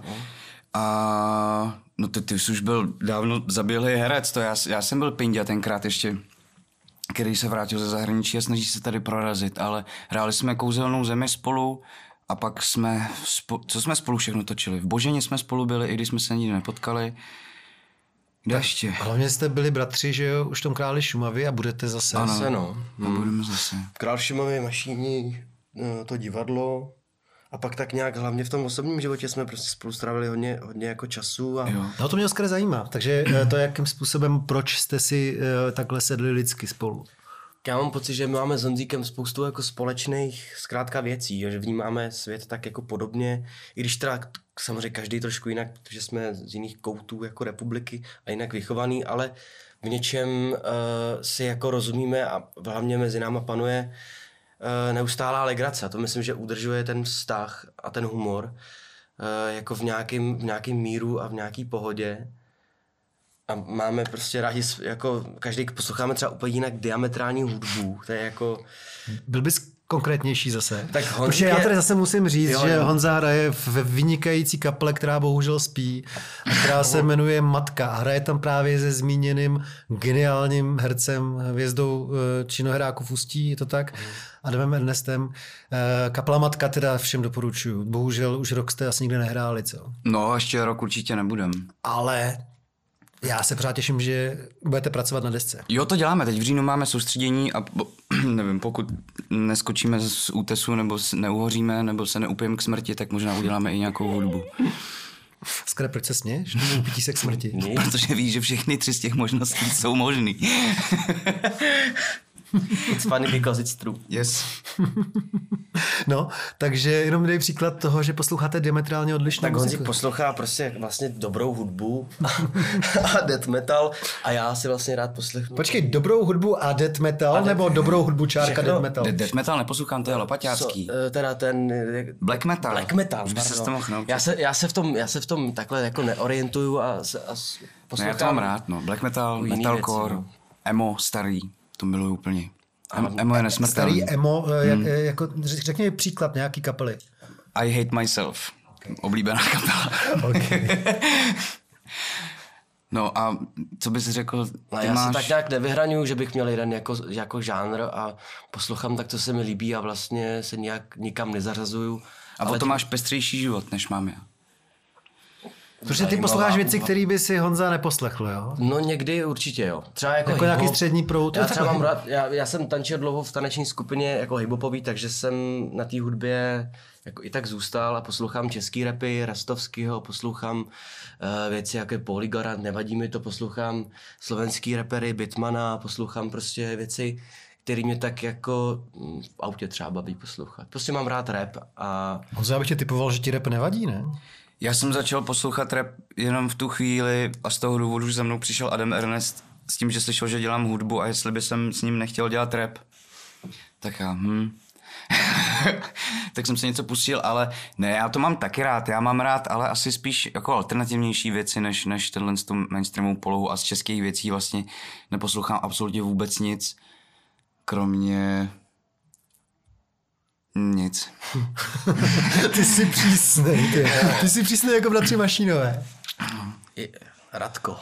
A no ty jsi už byl dávno zaběhlý herec, to já jsem byl pinďa tenkrát ještě, který se vrátil ze zahraničí a snaží se tady prorazit, ale hráli jsme Kouzelnou zemi spolu a pak jsme, co jsme spolu všechno točili? V Boženě jsme spolu byli, i když jsme se nikdy nepotkali. Kde ještě? Hlavně jste byli bratři, že jo, už v tom Králi Šumavy a budete zase. Ano, zase, no. Budeme zase. Král Šumavy, Mašíní, to divadlo. A pak tak nějak, hlavně v tom osobním životě jsme prostě spolu strávili hodně jako času. A... No to mě Oskar zajímá. Takže to jakým způsobem, proč jste si takhle sedli lidsky spolu? Já mám pocit, že máme s Honzíkem spoustu jako společných zkrátka věcí, že vnímáme svět tak jako podobně, i když teda samozřejmě každý trošku jinak, protože jsme z jiných koutů jako republiky a jinak vychovaný, ale v něčem si jako rozumíme a hlavně mezi náma panuje neustálá legrace. A to myslím, že udržuje ten vztah a ten humor jako v nějakým míru a v nějaký pohodě. A máme prostě rádi, jako každý posloucháme třeba úplně jinak diametrální hudbu. To je jako... Byl bys konkrétnější zase? Tak protože já tady zase musím říct, že Honza hraje ve vynikající kapele, která bohužel spí, a která se jmenuje Matka. A hraje tam právě se zmíněným geniálním hercem, hvězdou činohráku v Ústí, je to tak? Adamem Ernestem. Kapela Matka teda všem doporučuju. Bohužel už rok jste asi nikde nehráli, co? No, ještě rok určitě nebudem. Ale já se pořád těším, že budete pracovat na desce. Jo, to děláme. Teď v říjnu máme soustředění a nevím, pokud neskočíme z útesu nebo neuhoříme nebo se neupijeme k smrti, tak možná uděláme i nějakou hudbu. Skoro, proč se směješ? Upítí se k smrti. Protože víš, že všechny 3 z těch možností jsou možný. It's funny because it's true. Yes. No, takže jenom dej příklad toho, že posloucháte diametrálně odlišnou Tak Honzík muziku. poslouchá prostě vlastně dobrou hudbu a death metal a já si vlastně rád poslechnu. Počkej, dobrou hudbu a death metal, nebo dobrou hudbu čárka Všechno. death metal? Death metal neposlouchám, to je lopaťácký. Teda ten... Black metal. Black metal, Už by se to mohl naučit. já se v tom takhle jako neorientuju a No, poslouchám. já to mám rád, no. Black metal, jiný metalcore, věci, emo starý, to miluji úplně. Emo je nesmrtelný. Starý emo, jako, řekni mi příklad nějaký kapely. I Hate Myself. Oblíbená kapela. Okay. No a co bys řekl, No, ty já máš... se tak nějak nevyhraňuju, že bych měl jeden jako žánr a poslouchám tak, co se mi líbí a vlastně se nějak nikam nezařazuju. A potom máš pestřejší život, než mám já. Protože ty posloucháš věci, které by si Honza neposlechl, jo? No někdy určitě jo. Třeba jako nějaký hip-hop. střední proud. Já třeba mám rád, já jsem tančil dlouho v taneční skupině jako hip-hopový, takže jsem na té hudbě jako i tak zůstal a poslouchám český rapy, Rastovskýho, poslouchám věci jako je Polygarant, nevadí mi to, poslouchám slovenský rapery, Bitmana, poslouchám prostě věci, které mě tak jako v autě třeba baví poslouchat. Prostě mám rád rap a Honza, já bych tě typoval, že ti rap nevadí, ne? Já jsem začal poslouchat rap jenom v tu chvíli a z toho důvodu, že za mnou přišel Adam Ernest s tím, že slyšel, že dělám hudbu a jestli by jsem s ním nechtěl dělat rap. Tak já, tak jsem se něco pustil, ale ne, já to mám taky rád. Já mám rád, ale asi spíš jako alternativnější věci, než tenhle tu mainstreamovou polohu a z českých věcí vlastně neposlouchám absolutně vůbec nic, kromě nic. Ty jsi přísnej, ty. Ty jsi přísnej jako bratři Mašínové. Radko.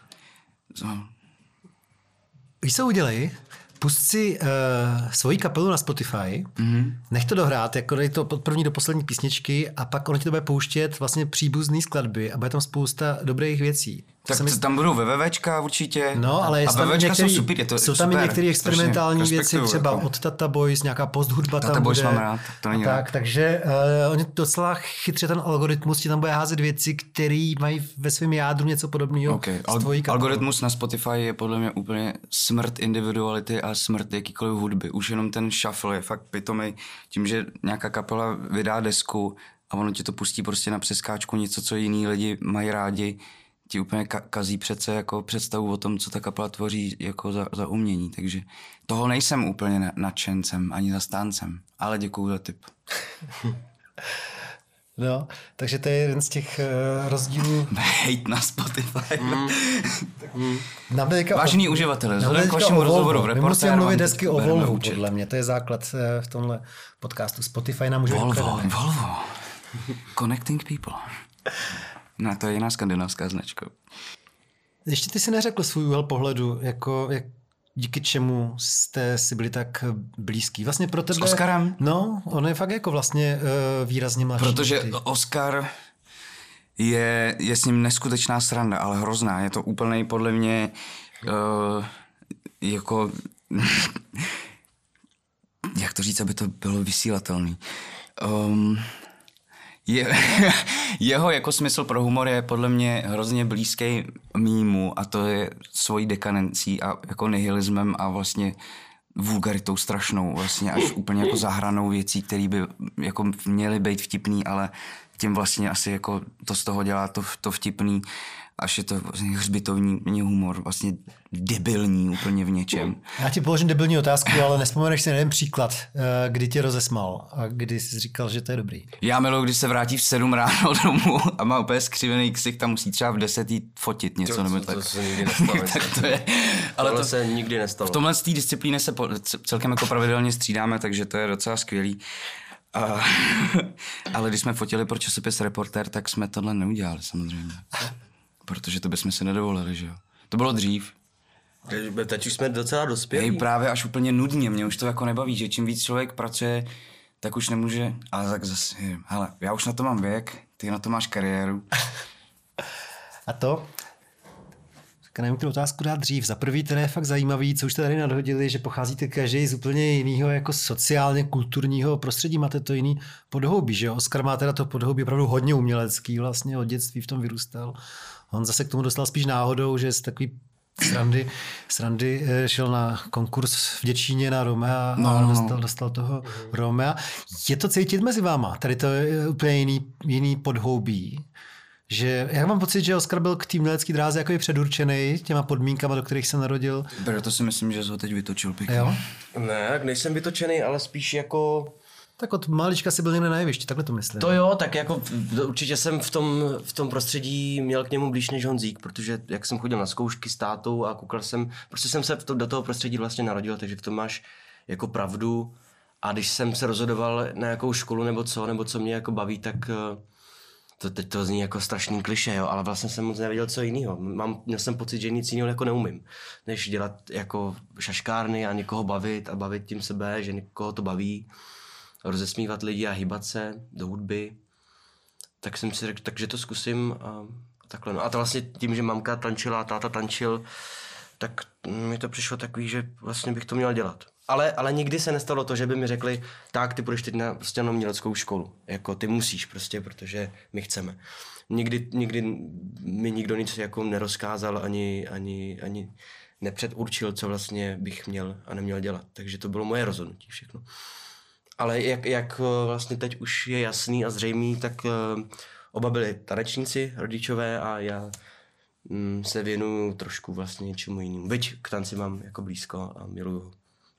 Víš, co udělej? Pust si svoji kapelu na Spotify, nech to dohrát, jako dej to od první do poslední písničky a pak ono ti to bude pouštět vlastně příbuzný skladby a bude tam spousta dobrých věcí. Tak tam budou VVVčka určitě. No, ale a VVVčka jsou super, je to jsou tam i super, některé experimentální strašně věci, respektuju, třeba jako. od Tata Boys, nějaká posthudba Tata tam Boys bude. mám rád, to není tak, takže oni docela chytře ten algoritmus ti tam bude házet věci, které mají ve svém jádru něco podobného Okay. s tvojí kapelou. Algoritmus na Spotify je podle mě úplně smrt individuality a smrt jakýkoliv hudby. Už jenom ten shuffle je fakt pitomej. Tím, že nějaká kapela vydá desku a ono ti to pustí prostě na přeskáčku něco, co jiní lidi mají rádi, ti úplně kazí přece jako představu o tom, co ta kapela tvoří jako za umění. Takže toho nejsem úplně nadšencem ani zastáncem, ale děkuju za tip. No, takže to je jeden z těch rozdílů. Hejt na Spotify. Vážení uživatelé, vzhledem k vašemu rozhovoru v My Reportéru musíme mluvit vám desky o bereme Volvu, účet. podle mě. To je základ v tomhle podcastu. Spotify nám může Volvo. Connecting people. No, to je jiná skandinávská značka. Ještě ty si neřekl svůj úhel pohledu, jako díky čemu jste si byli tak blízký. Vlastně pro tebe... S Oskarem? No, on je fakt jako vlastně výrazně mladší. Protože Oscar je s ním neskutečná sranda, ale hrozná. Je to úplnej podle mě jako... jak to říct, aby to bylo vysílatelný. Jeho jako smysl pro humor je podle mě hrozně blízký mýmu a to je svojí dekanencí a jako nihilismem a vlastně vulgaritou strašnou, vlastně až úplně jako zahranou věcí, které by jako měly být vtipný, ale tím vlastně asi jako to z toho dělá to vtipný, až je to vlastně hřbitovní humor, vlastně debilní úplně v něčem. Já ti položím debilní otázku, ale nespomeneš si na jeden příklad, kdy tě rozesmal a kdy jsi říkal, že to je dobrý. Já miluji, když se vrátí v 7 ráno domů a má úplně skřivený ksicht a musí třeba v 10 jít fotit něco nebo tak. To se nikdy nestalo. Tak to je. Ale to se nikdy nestalo. V tomhle z té disciplíny se celkem jako pravidelně střídáme, takže to je docela skvělý. Ale když jsme fotili pro časopis Reportér, tak jsme tohle neudělali samozřejmě. Protože to bychom si nedovolili, že jo. To bylo dřív. Teď už jsme docela dospělí. Hej, právě až úplně nudně, mě už to jako nebaví, že čím víc člověk pracuje, tak už nemůže, ale tak zase, hele, já už na to mám věk, ty na to máš kariéru. A to? Tak nevím, kterou otázku dát dřív. Za prvý teda je fakt zajímavý, co už jste tady nadhodili, že pocházíte každý z úplně jiného jako sociálně kulturního prostředí, máte to jiný podhoubí, že jo? Oskar má teda to podhoubí opravdu hodně umělecký, vlastně od dětství v tom vyrůstal. On zase k tomu dostal spíš náhodou, že je takový Srandy šel na konkurs v Děčíně na Romea a dostal toho Romea. Je to cítit mezi váma? Tady to je úplně jiný podhoubí. Že, jak mám pocit, že Oskar byl k té umělecké dráze jako předurčený těma podmínkama, do kterých se narodil. Proto si myslím, že jsi ho teď vytočil pěkně. Jo? Ne, tak nejsem vytočený, ale spíš jako... Tak od malička si byl někde na jevišti, takhle to myslím. To jo, tak jako určitě jsem v tom prostředí měl k němu blíž než Honzík, protože jak jsem chodil na zkoušky s tátou a koukal jsem, prostě jsem se do toho prostředí vlastně narodil, takže v tom máš jako pravdu. A když jsem se rozhodoval na jakou školu nebo co mě jako baví, tak teď to zní jako strašný klišé, jo, ale vlastně jsem moc nevěděl, co jiného. Měl jsem pocit, že nic jiného jako neumím, než dělat jako šaškárny a někoho bavit a bavit tím sebe, že někoho to baví. Rozesmívat lidi a hýbat se do hudby, tak jsem si řekl, takže to zkusím a takhle. No a to vlastně tím, že mamka tančila a táta tančil, tak mi to přišlo takový, že vlastně bych to měl dělat. Ale nikdy se nestalo to, že by mi řekli, tak ty půjdeš teď prostě na uměleckou školu. Jako ty musíš prostě, protože my chceme. Nikdy mi nikdo nic jako nerozkázal ani nepředurčil, co vlastně bych měl a neměl dělat. Takže to bylo moje rozhodnutí všechno. Ale jak vlastně teď už je jasný a zřejmý, tak oba byli tanečníci, rodičové a já se věnuju trošku vlastně něčemu jinému. Byť k tanci mám jako blízko a miluju ho.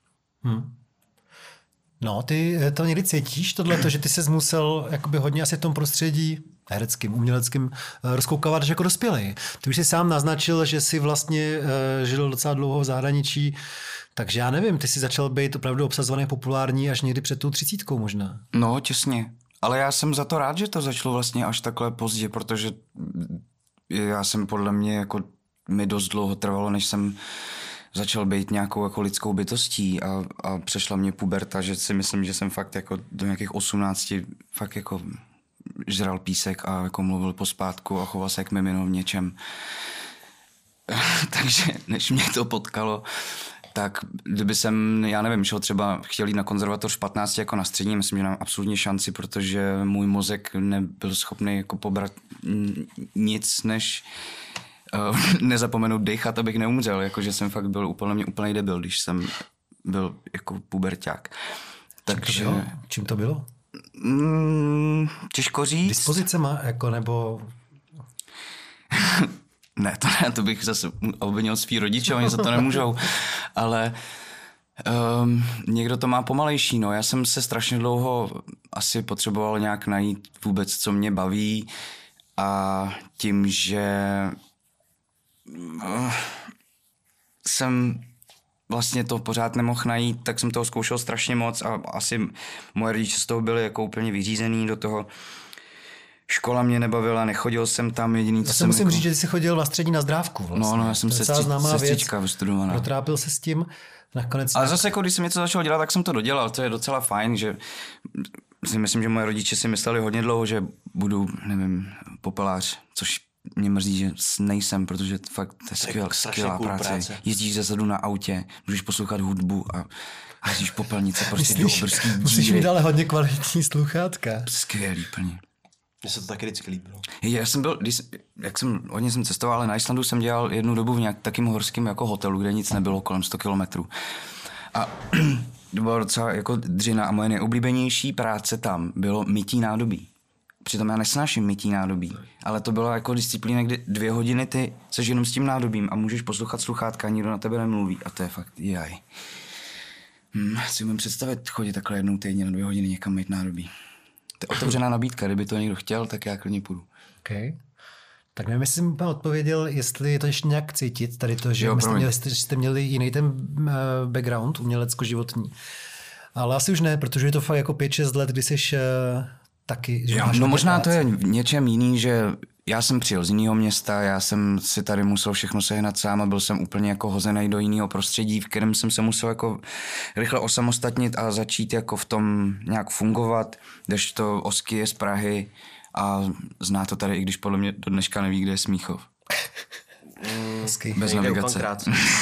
No, ty to někdy cítíš, tohleto, že ty ses musel jakoby hodně asi v tom prostředí hereckým, uměleckým rozkoukávat až jako dospělej. Ty už jsi sám naznačil, že jsi vlastně žil docela dlouho v zahraničí, takže já nevím, ty jsi začal být opravdu obsazovaný, populární až někdy před tou 30 možná. No, těsně. Ale já jsem za to rád, že to začalo vlastně až takhle pozdě, protože já jsem podle mě jako mi dost dlouho trvalo, než jsem začal být nějakou jako lidskou bytostí a přešla mě puberta, že si myslím, že jsem fakt jako do nějakých 18 fakt jako žral písek a jako mluvil pospátku a choval se jak mimino v něčem. Takže než mě to potkalo, tak kdyby jsem, já nevím, šel třeba, chtěl jít na konzervatoř v 15 jako na střední, myslím, že mám absolutně šanci, protože můj mozek nebyl schopný jako pobrat nic, než nezapomenout dýchat, abych neumřel, jakože jsem fakt byl úplný debil, když jsem byl jako puberťák. Takže... Čím to bylo? Těžko říct. Dispozicema, jako, nebo... Ne, to bych zase obvinil svý rodiče, oni za to nemůžou, ale někdo to má pomalejší, no. Já jsem se strašně dlouho asi potřeboval nějak najít vůbec, co mě baví a tím, že jsem vlastně to pořád nemohl najít, tak jsem toho zkoušel strašně moc a asi moje rodiče z toho byli jako úplně vyřízený do toho. Škola mě nebavila, nechodil jsem tam, jediný, co jsem... Musím říct, že jsi chodil na střední na Zdrávku vlastně. No, já jsem sestřička vystudovaná. Protrápil se s tím nakonec... Ale zase, jako když jsem něco začal dělat, tak jsem to dodělal, to je docela fajn, že si myslím, že moje rodiče si mysleli hodně dlouho, že budu, nevím, popelář, což mě mrzí, že nejsem, protože fakt to je skvělá práce. Jezdíš zezadu na autě, můžeš poslouchat hudbu a jezdíš popelnice, prostě do obrovský díry. Musíš mít ale hodně kvalitní sluchátka. Skvělý, plně. Mně se to taky vždycky líbilo. Já jsem byl, hodně jsem cestoval, ale na Islandu jsem dělal jednu dobu v nějakým horským jako hotelu, kde nic nebylo, kolem 100 kilometrů. A to byla docela jako dřina a moje nejoblíbenější práce tam bylo mytí nádobí. Přitom já nesnáším mytí nádobí, ale to byla jako disciplína, kdy 2 hodiny ty seš jenom s tím nádobím a můžeš poslouchat sluchátka, nikdo na tebe nemluví a to je fakt jaj. Si umím představit chodit takhle jednou týdně na 2 hodiny někam mít nádobí. To je otevřená nabídka, kdyby to někdo chtěl, tak já klidně půjdu. Okay. Tak nevím, jestli jsem mi odpověděl, jestli je to ještě nějak cítit, tady to, že jste měli jiný ten background umělecko-životní. Ale asi už ne, protože je to fakt jako 5-6 let, kdy jsi taky... Že no možná to je něčem jiný, že já jsem přijel z jiného města, já jsem si tady musel všechno sehnat sám a byl jsem úplně jako hozený do jiného prostředí, v kterém jsem se musel jako rychle osamostatnit a začít jako v tom nějak fungovat, kdežto Osky je z Prahy a zná to tady, i když podle mě do dneška neví, kde je Smíchov. Bez navigace.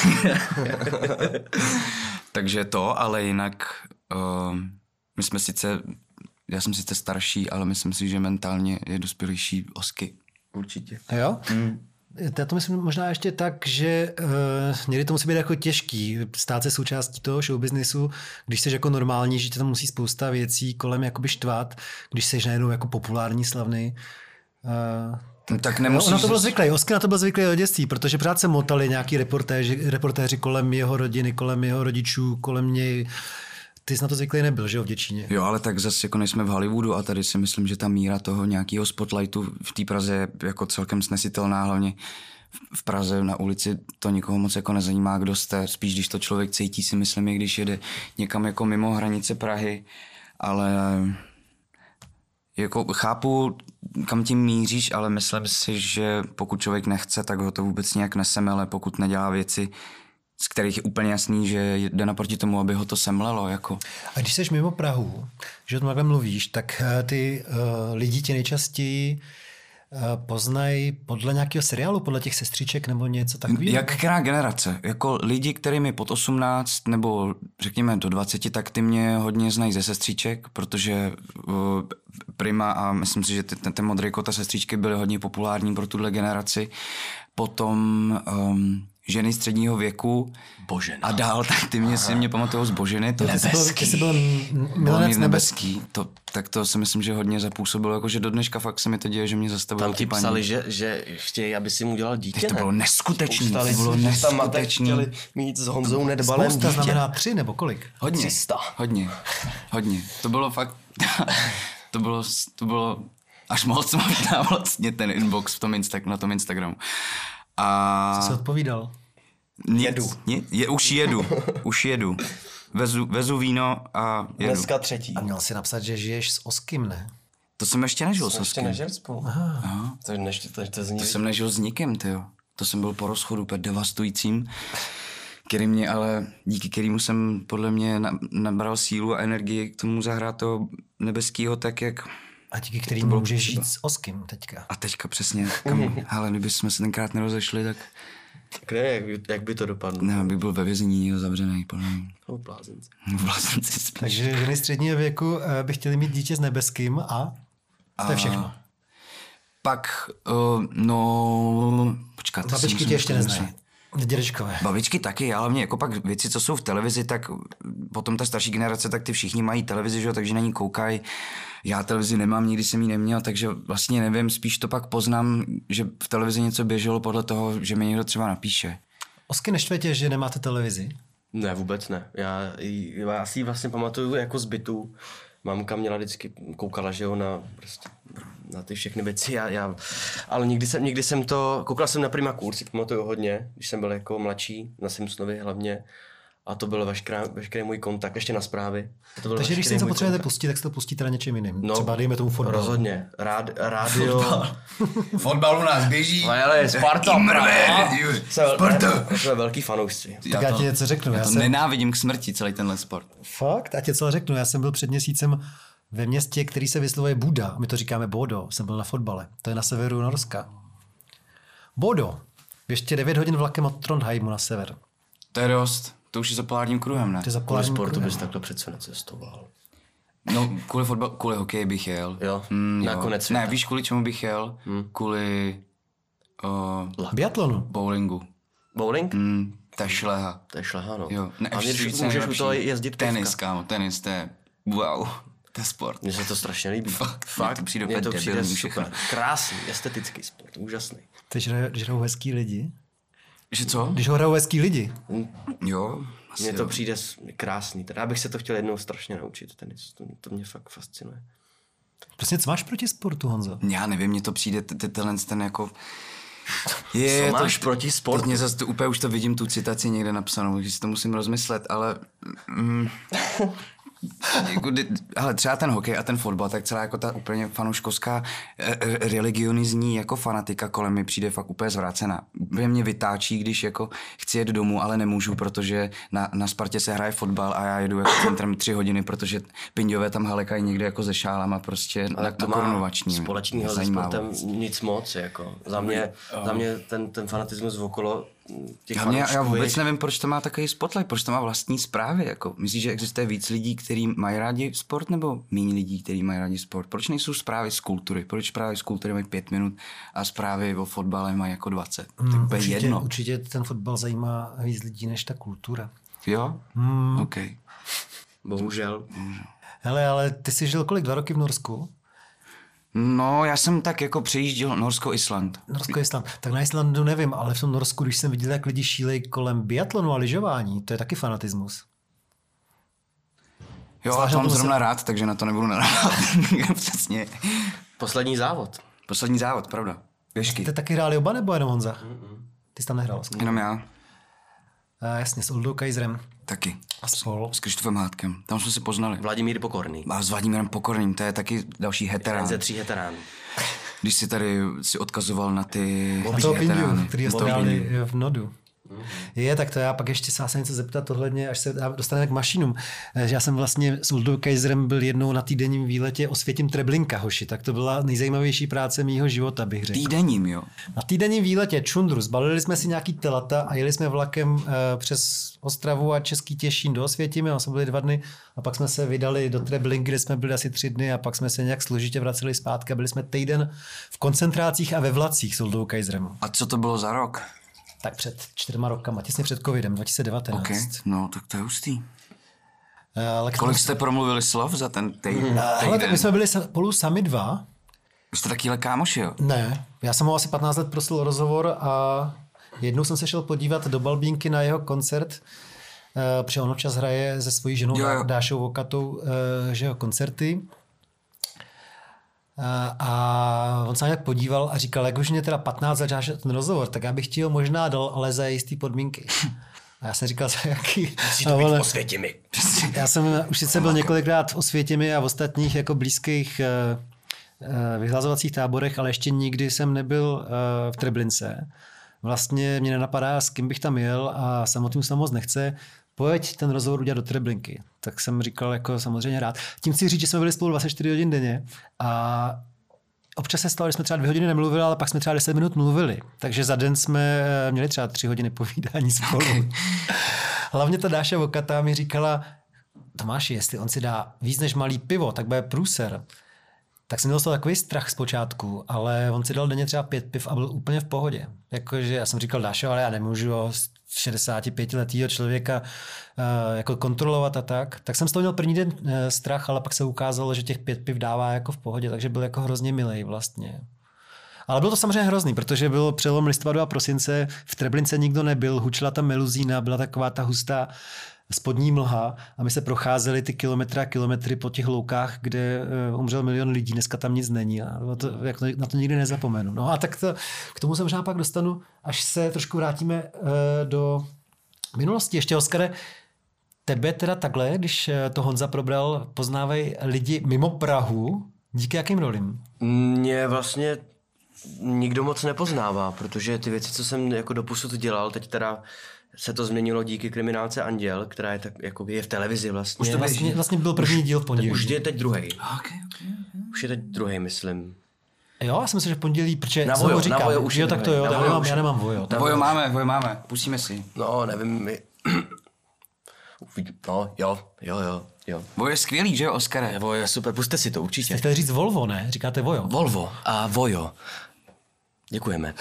Takže to, ale jinak my jsme já jsem sice starší, ale myslím si, že mentálně je dospělejší Osky. Určitě. Jo? Já to myslím možná ještě tak, že někdy to musí být jako těžký stát se součástí toho showbiznisu, když jsi jako normální, že tě tam musí spousta věcí kolem jakoby štvát, když jsi najednou jako populární, slavný. Tak nemusíš... Na to byl zvyklý, Oscar na to byl zvyklý od dětství, protože pořád se motali nějaký reportéři kolem jeho rodiny, kolem jeho rodičů, kolem něj. Ty jsi na to zvyklý nebyl, že jo, v Děčíně? Jo, ale tak zase jako nejsme v Hollywoodu a tady si myslím, že ta míra toho nějakého spotlightu v té Praze je jako celkem snesitelná, hlavně v Praze na ulici to nikoho moc jako nezajímá, kdo jste, spíš když to člověk cítí, si myslím, i když jede někam jako mimo hranice Prahy, ale jako chápu, kam tím míříš, ale myslím si, že pokud člověk nechce, tak ho to vůbec nějak nesemele, pokud nedělá věci, z kterých je úplně jasný, že jde naproti tomu, aby ho to semlelo. Jako. A když jsi mimo Prahu, že o tom takhle mluvíš, tak ty lidi tě nejčastěji poznají podle nějakého seriálu, podle těch sestřiček nebo něco takového? Jak která generace? Jako lidi, kterým je pod 18 nebo řekněme do 20, tak ty mě hodně znají ze sestříček, protože Prima a myslím si, že ten modrý kot a sestříčky byly hodně populární pro tuhle generaci. Potom ženy středního věku Božena. a dál, tak ty mě si mě pamatujou z Boženy. To Ty jsi byl milenec nebeský. Tak to si myslím, že hodně zapůsobilo, jakože do dneška fakt se mi to děje, že mě zastavují. Tam ti psali, že chtějí, aby si mu dělal dítě. To bylo neskutečný. To bylo neskutečný. Chtěli mít s Honzou Nedbalem Spousta dítě. znamená 3 nebo kolik? Hodně. 300. Hodně. To bylo fakt... to bylo až moc možná vlastně ten inbox na tom Instagramu. A... Co jsi odpovídal? Už jedu. Vezu víno a jedu. Dneska 3. A měl si napsat, že žiješ s Oskim, ne? To jsem ještě nežil s Oskem. nežil spolu. Aha. To jsem nežil s nikým, tyjo. To jsem byl po rozchodu úplně devastujícím, díky kterému jsem podle mě nabral sílu a energii k tomu zahrát toho nebeskýho tak, jak... A díky kterým můžeš žít s Oskim teďka. A teďka přesně. Ale kdybychom se tenkrát nerozešli, tak... Jak by to dopadlo? Ne, bych byl ve vězení zavřený. V blázinci. Takže ženy středního věku by chtěly mít dítě s nebeským a to je všechno. Pak, počkat. Babičky tě ještě neznají. Dědečkové. Babičky taky, ale mě jako pak věci, co jsou v televizi, tak potom ta starší generace, tak ty všichni mají televizi, že jo, takže na ní koukají. Já televizi nemám, nikdy jsem ji neměl, takže vlastně nevím, spíš to pak poznám, že v televizi něco běželo podle toho, že mi někdo třeba napíše. Osky, neštve tě, že nemáte televizi? Ne, vůbec ne. Já si ji vlastně pamatuju jako z bytu. Mamka měla vždycky, koukala, že jo, na ty všechny věci. Ale nikdy jsem to, koukal jsem na Prima Kurz, si pamatuju hodně, když jsem byl jako mladší, na Simpsonovi hlavně. A to byl veškerý můj kontakt, ještě na zprávy. Takže když si něco potřebujete pustit, tak si to pustíte na něčem jiným. No, třeba dejme tomu fotbal. Rozhodně. Rádio. Fotbal u nás běží. Ale Sparta. Sparta. Jsme velký fanoušci. Tak já ti něco řeknu. Já to nenávidím k smrti, celý tenhle sport. Fakt? A ti co řeknu. Já jsem byl před měsícem ve městě, který se vyslovuje Buda. My to říkáme Bodo. Jsem byl na fotbale. To je na severu Norska. Bodo. Ještě 9 hodin vlakem od Trondheimu na sever. To je dost. To už je za polárním kruhem, ne? Kvůli sportu bys takto přece necestoval. No, kvůli hokeji bych jel. Jo? Nakonec Ne, víš, kvůli čemu bych jel? Kvůli... biatlonu. Bowlingu. Bowling? To je šleha. To je šleha, no. Jo. Ne, a můžeš u toho jezdit tenis, kámo, tenis, to je... Wow. To je sport. Mně se to strašně líbí. Fakt. Mně to přijde super. Krásný, estetický sport, úžasný. Když hrajou hezký lidi? Že co? Když ho hrajou hezký lidi? Jo. Mně to přijde krásný. Teda já bych se to chtěl jednou strašně naučit, tenis. To mě fakt fascinuje. Prostě co máš proti sportu, Honzo? Já nevím, mně to přijde ten jako... Co máš proti sportu? Mě zase úplně už to vidím, tu citaci někde napsanou, že si to musím rozmyslet, ale... Ale třeba ten hokej a ten fotbal, tak celá jako ta úplně fanouškovská religionizní jako fanatika kolem mi přijde fakt úplně zvrácená. Mě vytáčí, když jako chci jet domů, ale nemůžu, protože na Spartě se hraje fotbal a já jedu jako centrem 3 hodiny, protože Pinďové tam halekají někde jako se šálama prostě ale na korunovační. Společného se sportem nic moc, jako. Za mě ten fanatismus okolo Já vůbec nevím, proč to má takový spotlight, proč to má vlastní zprávy. Jako, myslíš, že existuje víc lidí, kteří mají rádi sport, nebo méně lidí, kteří mají rádi sport? Proč nejsou zprávy z kultury? Proč zprávy z kultury mají 5 minut a zprávy o fotbale mají jako 20? Tak jedno. Určitě ten fotbal zajímá víc lidí než ta kultura. Jo? OK. Bohužel. Hele, ale ty jsi žil kolik? 2 roky v Norsku? No, já jsem tak jako přejížděl Norsko-Island. Norsko-Island. Tak na Islandu nevím, ale v tom Norsku, když jsem viděl, jak lidi šílejí kolem biatlonu a lyžování, to je taky fanatismus. Jo, a to mám zrovna rád, takže na to nebudu nadávat. Přesně. Poslední závod, pravda. Běžky. Ty taky hráli oba nebo jenom Honza? Ty jsi tam nehrál. Jenom já. Jasně, s Oldou Kajzrem. Taky. A spol. S Krištofem Hádkem. Tam jsme se poznali. Vladimír Pokorný. A s Vladimírem Pokorným, to je taky další heterán. Ze 3 heteránů. Když si tady si odkazoval na ty Na toho Pindu, heterány. který jste hráli v Nodu. Je, tak to já pak ještě se něco zeptat ohledně, až se dostaneme k mašinům. Že já jsem vlastně s Uldou Kajzrem byl jednou na týdenním výletě Osvětim Treblinka, hoši. Tak to byla nejzajímavější práce mýho života, bych řekl. Týdenním, jo. Na týdenním výletě Čundru zbalili jsme si nějaký telata a jeli jsme vlakem přes Ostravu a Český Těšín do Osvětimi, a jsme byli 2 dny a pak jsme se vydali do Treblinky, kde jsme byli asi 3 dny a pak jsme se nějak složitě vraceli zpátky a byli jsme týden v koncentrácích a ve vlacích s Uldou Kajzrem. A co to bylo za rok? Tak před 4 rokama, těsně před covidem, 2019. Okay. No, tak to je hustý. Ale kolik jste promluvili slov za ten týden? Ale tak my jsme byli spolu sami 2. Vy jste takýhle kámoši, jo? Ne, já jsem ho asi 15 let prosil rozhovor a jednou jsem se šel podívat do Balbínky na jeho koncert, protože on občas hraje se svojí ženou Dášou Vokatou, že jo, koncerty. A on se nějak podíval a říkal, jak už mě teda 15 let děláš ten rozhovor, tak já bych ti ho možná dal, ale za jistý podmínky. A já jsem říkal, za jaký? Musí to být v Osvětimi. Já jsem už sice byl několikrát v Osvětimi a v ostatních jako blízkých vyhlazovacích táborech, ale ještě nikdy jsem nebyl v Treblince. Vlastně mě nenapadá, s kým bych tam jel a samotným se tam moc nechce. Pojď ten rozhovor udělat do Treblinky. Tak jsem říkal jako samozřejmě rád. Tím chci říct, že jsme byli spolu 24 hodin denně a občas se stalo, že jsme třeba 2 hodiny nemluvili, ale pak jsme třeba 10 minut mluvili. Takže za den jsme měli třeba 3 hodiny povídání spolu. Hlavně ta Dáša Vokatá mi říkala, Tomáši, jestli on si dá víc než malý pivo, tak bude průser. Tak jsem měl z toho takový strach zpočátku, ale on si dal denně třeba 5 piv a byl úplně v pohodě. Jakože já jsem říkal, Dášo, ale já nemůžu 65letýho člověka jako kontrolovat a tak. Tak jsem z toho měl první den strach, ale pak se ukázalo, že těch 5 piv dává jako v pohodě, takže byl jako hrozně milej vlastně. Ale bylo to samozřejmě hrozný, protože bylo přelom listopadu a prosince, v Treblince nikdo nebyl, hučela tam meluzína, byla taková ta hustá spodní mlha a my se procházeli ty kilometry a kilometry po těch loukách, kde umřel 1 milion lidí, dneska tam nic není a na to nikdy nezapomenu. No a tak k tomu se možná pak dostanu, až se trošku vrátíme do minulosti. Ještě, Oskare, tebe teda takhle, když to Honza probral, poznávají lidi mimo Prahu, díky jakým rolím? Mě vlastně nikdo moc nepoznává, protože ty věci, co jsem jako doposud dělal, teď teda se to změnilo díky kriminálce Anděl, která je tak jako je v televizi vlastně. Už to vlastně byl první díl v pondělí. Už je teď druhý. Okay. Už je teď druhý, myslím. Jo, já si myslím, že v pondělí, protože na Vojo, říkám, na Vojo už jo, tak to jo, já nemám Vojo. Na Vojo máme, pustíme si. No, nevím, no, jo. Vojo je skvělý, že jo, Oskare? Vojo je super, puste si to určitě. Jste chtěli říct Volvo, ne? Říkáte Vojo. Volvo a Vojo. Děkujeme.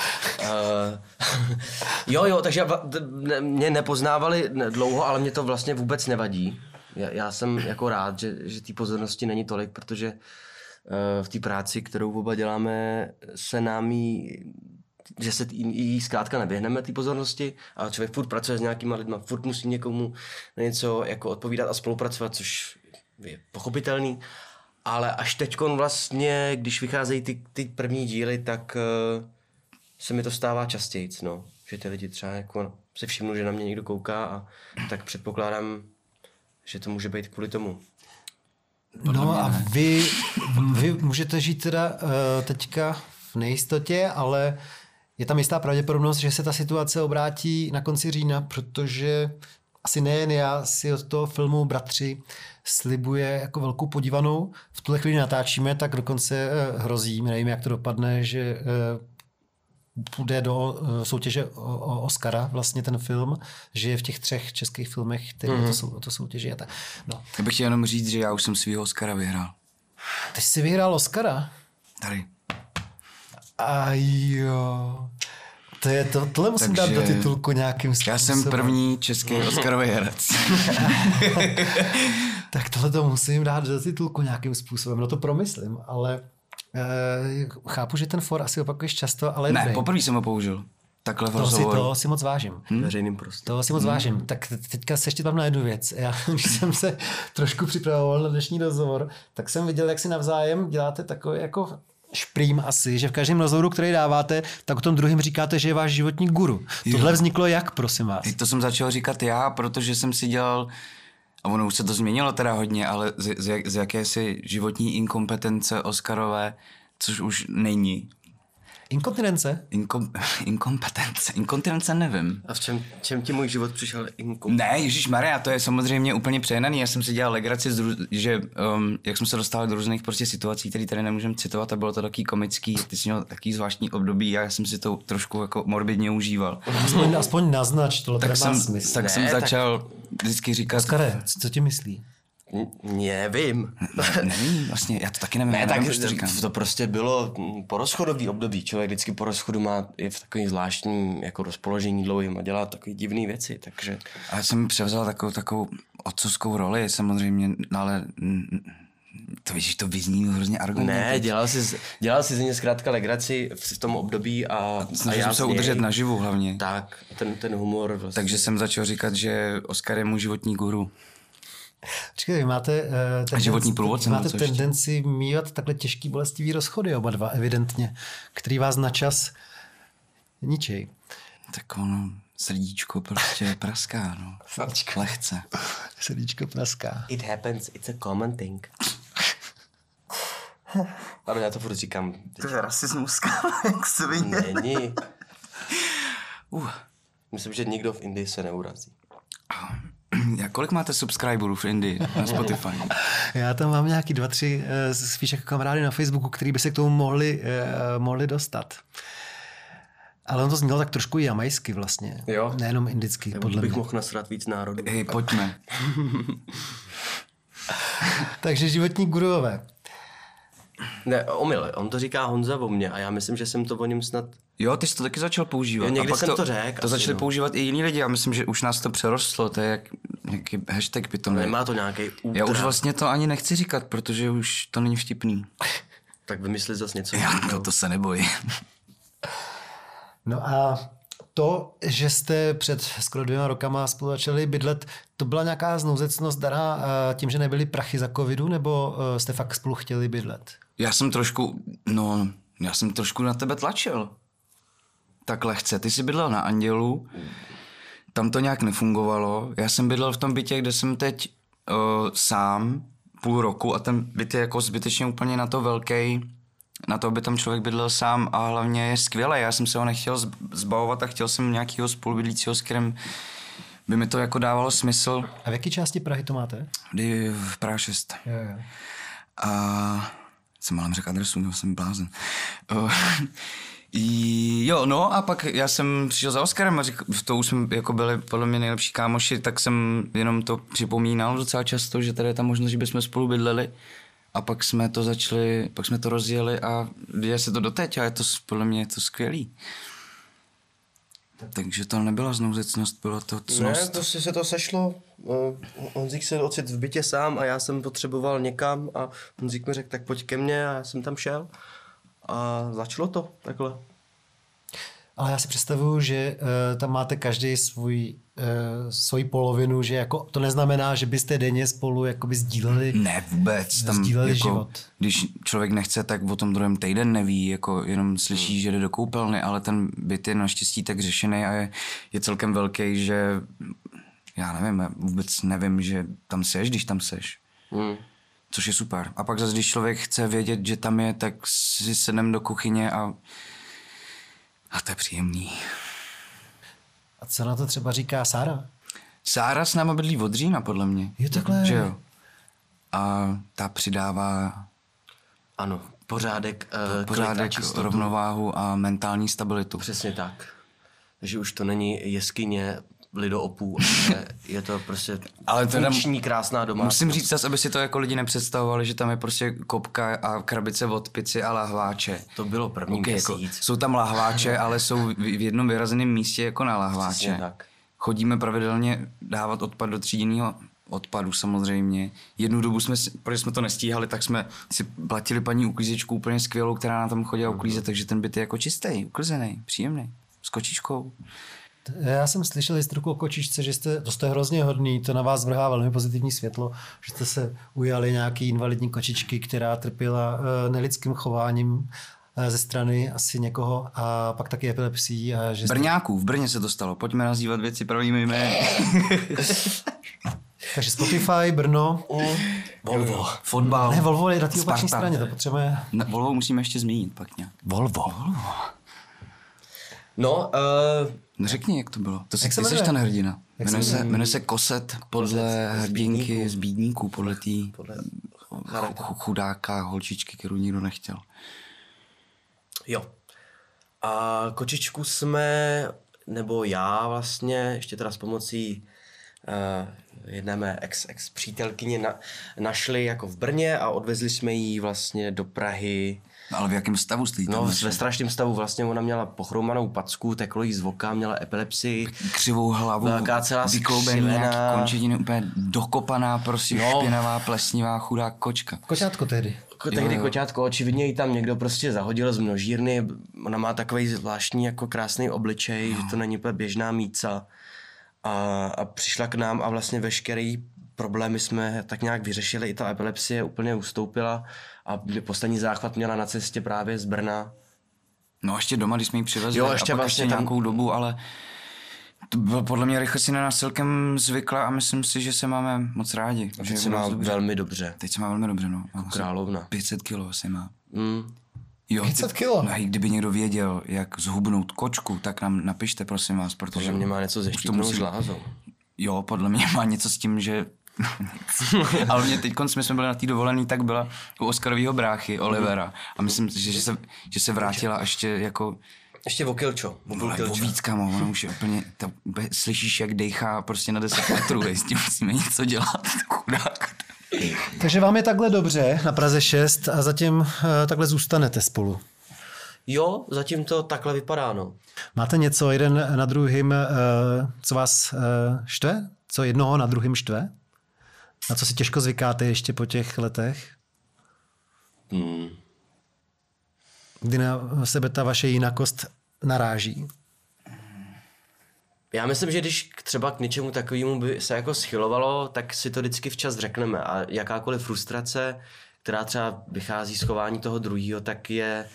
Jo, takže mě nepoznávali dlouho, ale mě to vlastně vůbec nevadí. Já jsem jako rád, že té pozornosti není tolik, protože v té práci, kterou oba děláme, se nám že se jí zkrátka neběhneme té pozornosti a člověk furt pracuje s nějakýma lidma, furt musí někomu na něco jako odpovídat a spolupracovat, což je pochopitelný. Ale až teďkon vlastně, když vycházejí ty první díly, tak se mi to stává častějc, no. Že ty lidi třeba jako se všimnou, že na mě někdo kouká a tak předpokládám, že to může být kvůli tomu. No a vy můžete žít teda teďka v nejistotě, ale je tam jistá pravděpodobnost, že se ta situace obrátí na konci října, protože asi nejen já si od toho filmu Bratři slibuje jako velkou podívanou. V tuhle chvíli natáčíme, tak dokonce hrozí, nevím, jak to dopadne, že půjde do soutěže o Oscara, vlastně ten film, že je v těch 3 českých filmech, které to soutěží a tak. No. Já bych chtěl jenom říct, že já už jsem svýho Oscara vyhrál. Ty jsi vyhrál Oscara? Tady. A jo. Tohle musím dát do titulku nějakým způsobem. Já jsem první český Oscarový herec. Tak tohle to musím dát do titulku nějakým způsobem, no to promyslím, ale chápu, že ten for asi opakuješ často, ale ne, poprvé jsem ho použil. Takhle v rozhovoru. To si moc vážím. Veřejným prostě. To si moc vážím. Tak teďka se ještě tam na jednu věc. Já, když jsem se trošku připravoval na dnešní rozhovor, tak jsem viděl, jak si navzájem děláte takový jako šprým asi, že v každém rozhovoru, který dáváte, tak o tom druhým říkáte, že je váš životní guru. Tohle vzniklo jak, prosím vás? To jsem začal říkat já, protože jsem si dělal, a ono už se to změnilo teda hodně, ale z jakési životní inkompetence Oscarové, což už není. Inkontinence? Inkontinence nevím. A v čem ti můj život přišel Ne, ježišmarja, to je samozřejmě úplně přejenaný. Já jsem si dělal legraci, že jak jsme se dostali do různých prostě situací, které tady nemůžeme citovat a bylo to taky komický, ty jsi měl taký zvláštní období a já jsem si to trošku jako morbidně užíval. Aspoň naznač, tohle tak nemá smysl. Tak jsem začal vždycky říkat... Oskare, co ti myslí? Nevím. Nevím, vlastně, já to taky nevím. Ne, tak to říkám. To prostě bylo porozchodový období. Člověk vždycky po rozchodu je v takovým zvláštním jako rozpoložení dlouhým a dělá takové divné věci, takže... A já jsem převzal takovou otcovskou roli, samozřejmě, ale to víš, to vyzní hrozně arrogantně. Ne, dělal si z něj zkrátka legraci v tom období a snažil jsem se udržet naživu hlavně. Tak, ten humor vlastně. Takže jsem začal říkat, že Oscar je můj životní guru. Počkej, vy máte tendenci mývat takhle těžký bolestivý rozchody oba dva, evidentně, který vás na čas ničej. Tak ono, srdíčko prostě praská, no. Lehce. Srdíčko praská. It happens, it's a common thing. Ale já to furt říkám. To je rasismus, jak svině. Není. Myslím, že nikdo v Indii se neurazí. Kolik máte subscriberů v Indii na Spotify? Já tam mám nějaký 2-3 spíš jako kamarády na Facebooku, který by se k tomu mohli dostat. Ale on to znělo tak trošku jamajsky vlastně. Jo. Nejenom indicky, podle mě. Bych mohl nasrat víc národů. Hej, pojďme. Takže životní gurové. Ne, omyl. On to říká Honza o mně a já myslím, že jsem to o něm snad... Jo, ty jsi to taky začal používat. Jo, někdy jsem to řekl. To začali používat i jiní lidi. Já myslím, že už nás to přerostlo. To je jak nějaký hashtag pitomý. Nemá to nějaký útra. Já už vlastně to ani nechci říkat, protože už to není vtipný. Tak vymysli zase něco. To se neboj. No a to, že jste před skoro 2 rokama spolu začali bydlet, to byla nějaká znouzecnost daná tím, že nebyly prachy za covidu, nebo jste fakt spolu chtěli bydlet? Já jsem trošku na tebe tlačil. Tak lehce. Ty jsi bydlel na Andělu, tam to nějak nefungovalo. Já jsem bydlel v tom bytě, kde jsem teď sám půl roku a ten byt je jako zbytečně úplně na to velký, na to, aby tam člověk bydlel sám a hlavně je skvělé. Já jsem se ho nechtěl zbavovat a chtěl jsem nějakého spolubydlícího, s kterým by mi to jako dávalo smysl. A v jaké části Prahy to máte? V Praha 6. Jo. A jsem malem řekl adresu, nebo jsem blázen. No a pak já jsem přišel za Oscarem a to už jsme jako byli podle mě nejlepší kámoši, tak jsem jenom to připomínal docela často, že tady je ta možnost, že bychom spolu bydleli. A pak jsme to rozjeli a děje se to doteď a je to podle mě to skvělý. Takže to nebyla znouzecnost, bylo to cnost. Ne, prostě se to sešlo. Honzík se ocit v bytě sám a já jsem potřeboval někam a Honzík mi řekl, tak pojď ke mně a já jsem tam šel. A začalo to takhle. Ale já si představuju, že tam máte každý svoji polovinu, že jako to neznamená, že byste denně spolu jakoby sdíleli. Ne, vůbec. Tam sdíleli jako, život. Když člověk nechce, tak o tom druhém týden neví, jako jenom slyší, že jde do koupelny, ale ten byt je naštěstí tak řešený a je celkem velký, že já nevím, já vůbec nevím, že tam seš, když tam seš. Což je super. A pak zase, když člověk chce vědět, že tam je, tak si sednem do kuchyně a to je příjemný. A co na to třeba říká Sára? Sára s náma bydlí od října, podle mě. Je takhle? Že jo. A ta přidává ano. Pořádek, rovnováhu a mentální stabilitu. Přesně tak. Takže už to není jeskyně lidoopů, je to prostě funkční, krásná domácnost. Musím říct zase, aby si to jako lidi nepředstavovali, že tam je prostě kopka a krabice od pici a lahváče. To bylo první měsíc. Jako, jsou tam lahváče, ale jsou v jednom vyrazeném místě jako na lahváče. Přesně tak. Chodíme pravidelně dávat odpad do tříděného odpadu samozřejmě. Jednu dobu protože jsme to nestíhali, tak jsme si platili paní uklízečku úplně skvělou, která nám tam chodila uklízet, takže ten byt je jako čistý, uklizený, příjemný, s kočičkou. Já jsem slyšel historku o kočičce, že jste hrozně hodný, to na vás vrhá velmi pozitivní světlo, že jste se ujali nějaký invalidní kočičky, která trpěla nelidským chováním ze strany asi někoho a pak taky epilepsií. A že Brňáků, v Brně se to stalo, pojďme nazývat věci pravými jmény. Takže Spotify, Brno. Volvo. Fotbal. Ne, Volvo je na té opačné straně, to potřebuje. Volvo musíme ještě zmínit pak nějak. Volvo. No, řekni, jak to bylo. Ty se jsi ten hrdina. Jmenuje se Koset Koset podle hrdinky z Bídníků, podle té podle chudáka holčičky, kterou nikdo nechtěl. Jo. A kočičku jsme, nebo já vlastně, ještě teda s pomocí jedné mé ex přítelkyně našli jako v Brně a odvezli jsme ji vlastně do Prahy. No, ale v jakém stavu jste jí tam ve strašném stavu. Vlastně ona měla pochroumanou packu, teklo jí z voka, měla epilepsii. Křivou hlavu, velká celá vykloubený nějaký končetiny, úplně dokopaná, prostě špinavá, plesnivá, chudá kočka. Koťátko tehdy. Tehdy koťátko, očividně jí tam někdo prostě zahodil z množírny. Ona má takový zvláštní jako krásný obličej, že to není úplně běžná míca. A přišla k nám a vlastně veškerý problémy jsme tak nějak vyřešili, i ta epilepsie úplně ustoupila a poslední záchvat měla na cestě právě z Brna. No ještě doma, když jsme ji přivezli, jo, ještě a pak vlastně ještě nějakou dobu, ale to bylo podle mě rychle si na nás celkem zvykla a myslím si, že se máme moc rádi. A teď se má velmi dobře. Teď se má velmi dobře, no. Jako královna. 500 kilo asi má. Jo, 500 kilo? No, kdyby někdo věděl, jak zhubnout kočku, tak nám napište, prosím vás, protože... Podle mě má něco se štítnou žlázou. Jo, podle mě má něco s tím, že... Ale mě teď, když jsme byli na té dovolený, tak byla u Oscarovýho bráchy, Olivera. A myslím, že se vrátila ještě jako... Ještě vokilčo. Víc, kamo, ona už je úplně... Slyšíš, jak dejchá prostě na 10 metrů, s tím musíme něco dělat, chudák. Takže vám je takhle dobře na Praze 6 a zatím takhle zůstanete spolu. Jo, zatím to takhle vypadá, no. Máte něco jeden na druhým, co vás štve? Co jednoho na druhým štve? Na co si těžko zvykáte ještě po těch letech? Kdy na sebe ta vaše jinakost naráží? Já myslím, že když třeba k něčemu takovému by se jako schylovalo, tak si to vždycky včas řekneme. A jakákoliv frustrace, která třeba vychází z chování toho druhého, tak je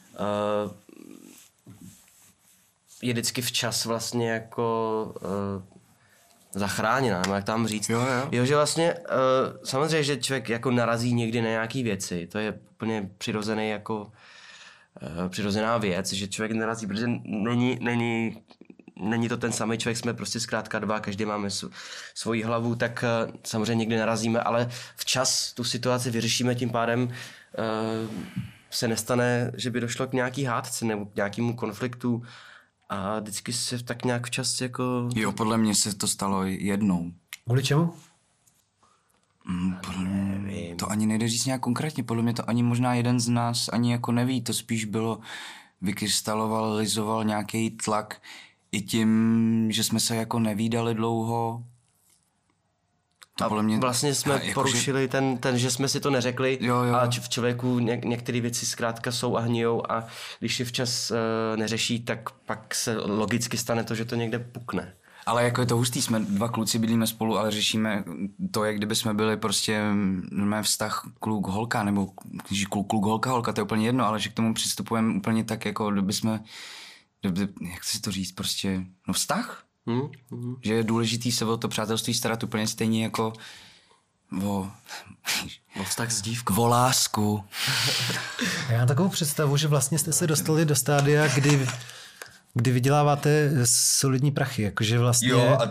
vždycky včas vlastně jako zachráněná, nebo jak tam říct. Jo, že vlastně samozřejmě, že člověk jako narazí někdy na nějaký věci. To je úplně přirozená věc, že člověk narazí, protože není to ten samý člověk, jsme prostě zkrátka dva, každý máme svoji hlavu, tak samozřejmě někdy narazíme, ale včas tu situaci vyřešíme, tím pádem se nestane, že by došlo k nějaký hádce nebo k nějakému konfliktu a vždycky se tak nějak včas jako... Jo, podle mě se to stalo jednou. Kvůli čemu? Podle mě to ani nejde říct nějak konkrétně, podle mě to ani možná jeden z nás ani jako neví, to spíš bylo, vykrystalizoval nějaký tlak i tím, že jsme se jako nevídali dlouho. To podle mě, vlastně jsme porušili ten, že jsme si to neřekli jo. A v člověku některé věci zkrátka jsou a hnijou a když je včas neřeší, tak pak se logicky stane to, že to někde pukne. Ale jako je to hustý, jsme dva kluci, bydlíme spolu, ale řešíme to, jak kdyby jsme byli prostě mé vztah kluk-holka, nebo kluk-holka, to je úplně jedno, ale že k tomu přistupujeme úplně tak, jako kdyby jsme, jak si to říct, prostě, no vztah? Že je důležitý se o to přátelství starat úplně stejně jako o vztah s dívkou. O lásku. Já mám takovou představu, že vlastně jste se dostali do stádia, kdy vyděláváte solidní prachy, jakože vlastně... Jo, a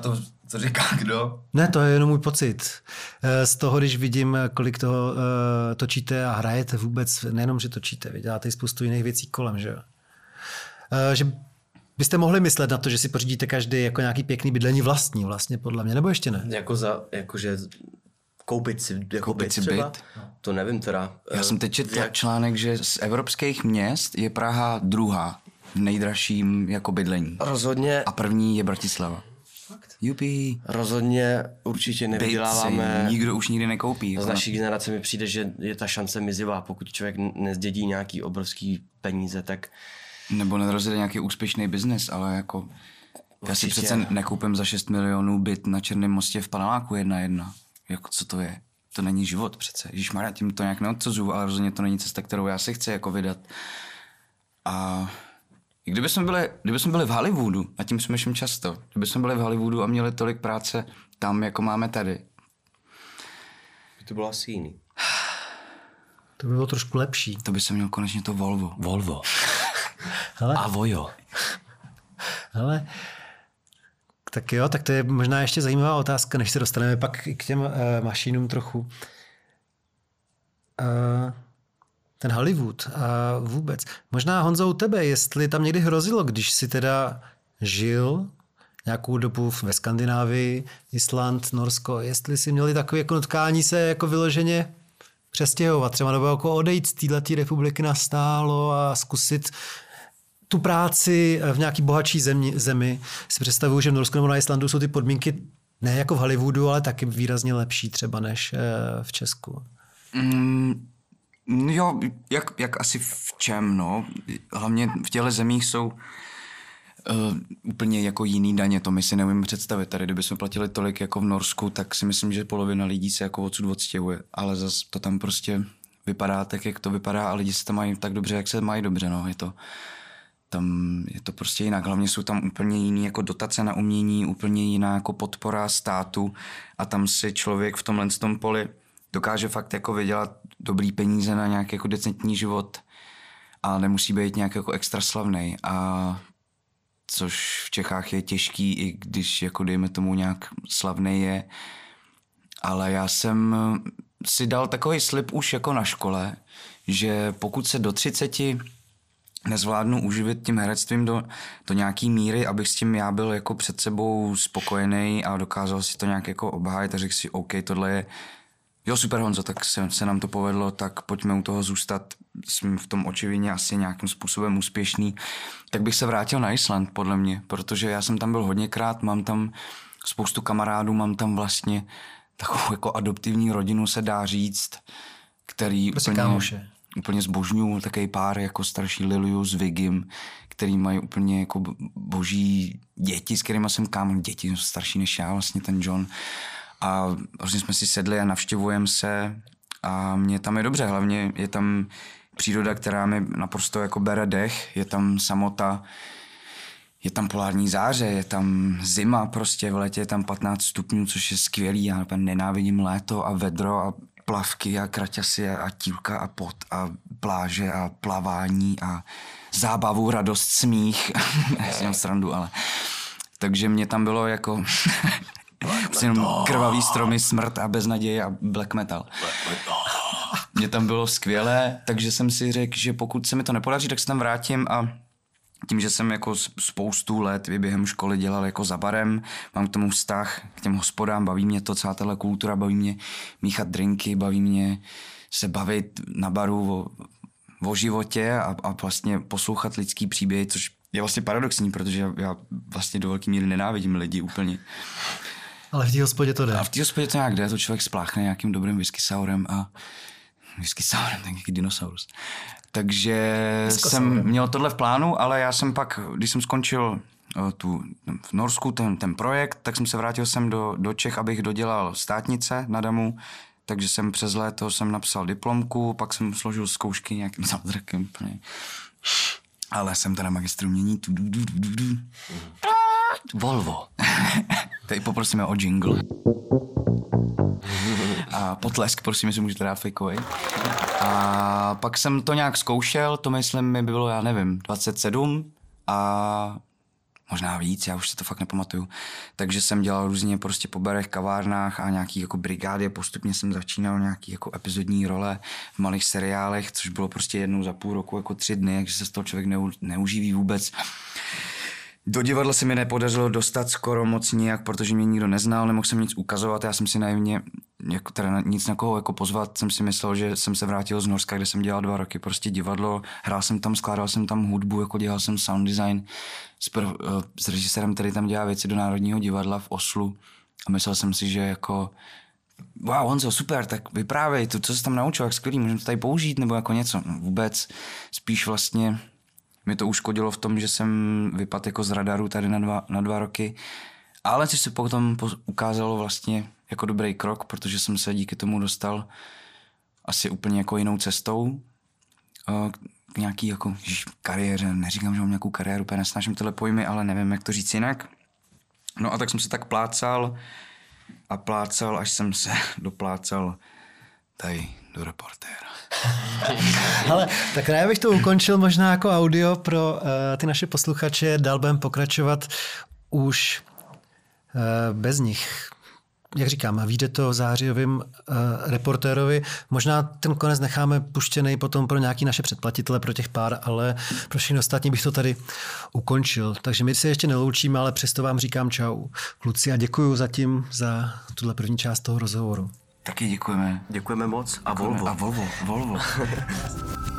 Co říká kdo? Ne, to je jenom můj pocit. Z toho, když vidím, kolik toho točíte a hrajete vůbec, nejenom, že točíte, vy děláte i spoustu jiných věcí kolem, že jo. Že byste mohli myslet na to, že si pořídíte každý jako nějaký pěkný bydlení vlastní vlastně, podle mě, nebo ještě ne? Jakože koupit si byt? To nevím teda. Já jsem teď četl článek, že z evropských měst je Praha druhá v nejdražším jako bydlení. Rozhodně. A první je Bratislava. Jupi. Rozhodně určitě nevyděláváme. Nikdo už nikdy nekoupí. Z naší generace mi přijde, že je ta šance mizivá. Pokud člověk nezdědí nějaký obrovský peníze, tak... Nebo nerozjede nějaký úspěšný biznes, ale jako... Já si přece nekoupím za 6 milionů byt na Černém mostě v paneláku 1:1. Jako co to je? To není život přece. Ježišmarja, tím to nějak neodsuzuju, ale rozhodně to není cesta, kterou já si chci jako vydat. A kdyby jsme byli v Hollywoodu, a tím smýšlím často, kdyby jsme byli v Hollywoodu a měli tolik práce tam, jako máme tady. To bylo asi jiný. To by bylo trošku lepší. To by se měl konečně to Volvo. Volvo. Hele. A Vojo. Ale tak jo, tak to je možná ještě zajímavá otázka, než se dostaneme pak i k těm mašinům trochu. Ten Hollywood a vůbec. Možná, Honzo, u tebe, jestli tam někdy hrozilo, když jsi teda žil nějakou dobu ve Skandinávii, Island, Norsko, jestli si měli takové jako nutkání se jako vyloženě přestěhovat, třeba nebo jako odejít z této republiky nastálo a zkusit tu práci v nějaký bohatší zemi. Si představuju, že v Norsku nebo na Islandu jsou ty podmínky ne jako v Hollywoodu, ale taky výrazně lepší třeba než v Česku. Jo, jak asi v čem, no. Hlavně v těchto zemích jsou úplně jako jiný daně, to my si neumíme představit. Tady, kdybychom platili tolik jako v Norsku, tak si myslím, že polovina lidí se jako odsud odstěhuje. Ale zase to tam prostě vypadá tak, jak to vypadá a lidi se tam mají tak dobře, jak se mají dobře, no. Je to prostě jinak. Hlavně jsou tam úplně jiný jako dotace na umění, úplně jiná jako podpora státu a tam si člověk v tomhle poli dokáže fakt jako vydělat dobrý peníze na nějaký jako decentní život a nemusí být nějak jako extra slavnej. A což v Čechách je těžký, i když jako dejme tomu nějak slavnej je. Ale já jsem si dal takový slib už jako na škole, že pokud se do 30 nezvládnu uživit tím herectvím do nějaký míry, abych s tím já byl jako před sebou spokojený a dokázal si to nějak jako obhájit a řekl si, OK, tohle je jo, super, Honzo, tak se nám to povedlo, tak pojďme u toho zůstat. Jsme v tom očividně asi nějakým způsobem úspěšný. Tak bych se vrátil na Island, podle mě, protože já jsem tam byl hodněkrát, mám tam spoustu kamarádů, mám tam vlastně takovou jako adoptivní rodinu, se dá říct, který úplně zbožňuju, takový pár jako starší Liliu s Vigim, který mají úplně jako boží děti, s kterými jsem kámo, děti starší než já, vlastně ten John. A vlastně jsme si sedli a navštěvujeme se a mě tam je dobře, hlavně je tam příroda, která mi naprosto jako bere dech, je tam samota, je tam polární záře, je tam zima prostě, v létě je tam 15 stupňů, což je skvělý, já nenávidím léto a vedro a plavky a kraťasy a tílka a pot a pláže a plavání a zábavu, radost, smích, já si mám srandu, ale takže mě tam bylo jako jenom krvavý stromy, smrt a beznaděje a black metal. Mě tam bylo skvělé, takže jsem si řekl, že pokud se mi to nepodaří, tak se tam vrátím a tím, že jsem jako spoustu let během školy dělal jako za barem, mám k tomu vztah, k těm hospodám, baví mě to, celá tahle kultura, baví mě míchat drinky, baví mě se bavit na baru o životě a vlastně poslouchat lidský příběhy, což je vlastně paradoxní, protože já vlastně do velké míry nenávidím lidi úplně. Ale v té hospodě to jde. A v té hospodě to nějak jde, to člověk spláchne nějakým dobrým whisky sourem a whisky sourem, tak nějaký dinosaurus. Takže jsem měl tohle v plánu, ale já jsem pak, když jsem skončil v Norsku ten projekt, tak jsem se vrátil sem do Čech, abych dodělal státnice na DAMu, takže jsem přes léto napsal diplomku, pak jsem složil zkoušky nějakým zázrakem. Ale jsem teda magistr umění. Volvo. Tady poprosíme o jingle. A potlesk, prosím, jestli můžete dát fejkovej. A pak jsem to nějak zkoušel, to myslím mi bylo, já nevím, 27 a možná víc, já už se to fakt nepamatuju. Takže jsem dělal různě prostě po barech, kavárnách a nějaký jako brigády. Postupně jsem začínal nějaký jako epizodní role v malých seriálech, což bylo prostě jednou za půl roku, jako 3 dny, takže se z toho člověk neuživí vůbec. Do divadla se mi nepodařilo dostat skoro moc nijak, protože mě nikdo neznal, nemohl jsem nic ukazovat. Já jsem si naivně, jako teda nic na koho jako pozvat, jsem si myslel, že jsem se vrátil z Norska, kde jsem dělal 2 roky prostě divadlo. Hrál jsem tam, skládal jsem tam hudbu, jako dělal jsem sound design s režisérem, který tam dělá věci do Národního divadla v Oslu. A myslel jsem si, že jako wow, Honzo, super, tak vyprávěj, to, co jsi tam naučil, jak skvělý, můžeme to tady použít, nebo jako něco. No, vůbec, spíš vlastně mě to uškodilo v tom, že jsem vypadl jako z radaru tady na 2 roky, ale což se potom ukázalo vlastně jako dobrý krok, protože jsem se díky tomu dostal asi úplně jako jinou cestou k nějaký jako kariéře. Neříkám, že mám nějakou kariéru, úplně nesnáším tyhle pojmy, ale nevím, jak to říct jinak. No a tak jsem se tak plácal, až jsem se doplácal tady do Reportéra. Ale tak já bych to ukončil možná jako audio pro ty naše posluchače, dál budeme pokračovat už bez nich. Jak říkám, vyjde to zářijovým Reportérovi. Možná ten konec necháme puštěný potom pro nějaký naše předplatitele, pro těch pár, ale pro všechny ostatní bych to tady ukončil. Takže my se ještě neloučíme, ale přesto vám říkám čau. Kluci, a děkuju zatím za tuhle první část toho rozhovoru. Taky děkujeme. Děkujeme moc a Děkujeme. Volvo. A Volvo.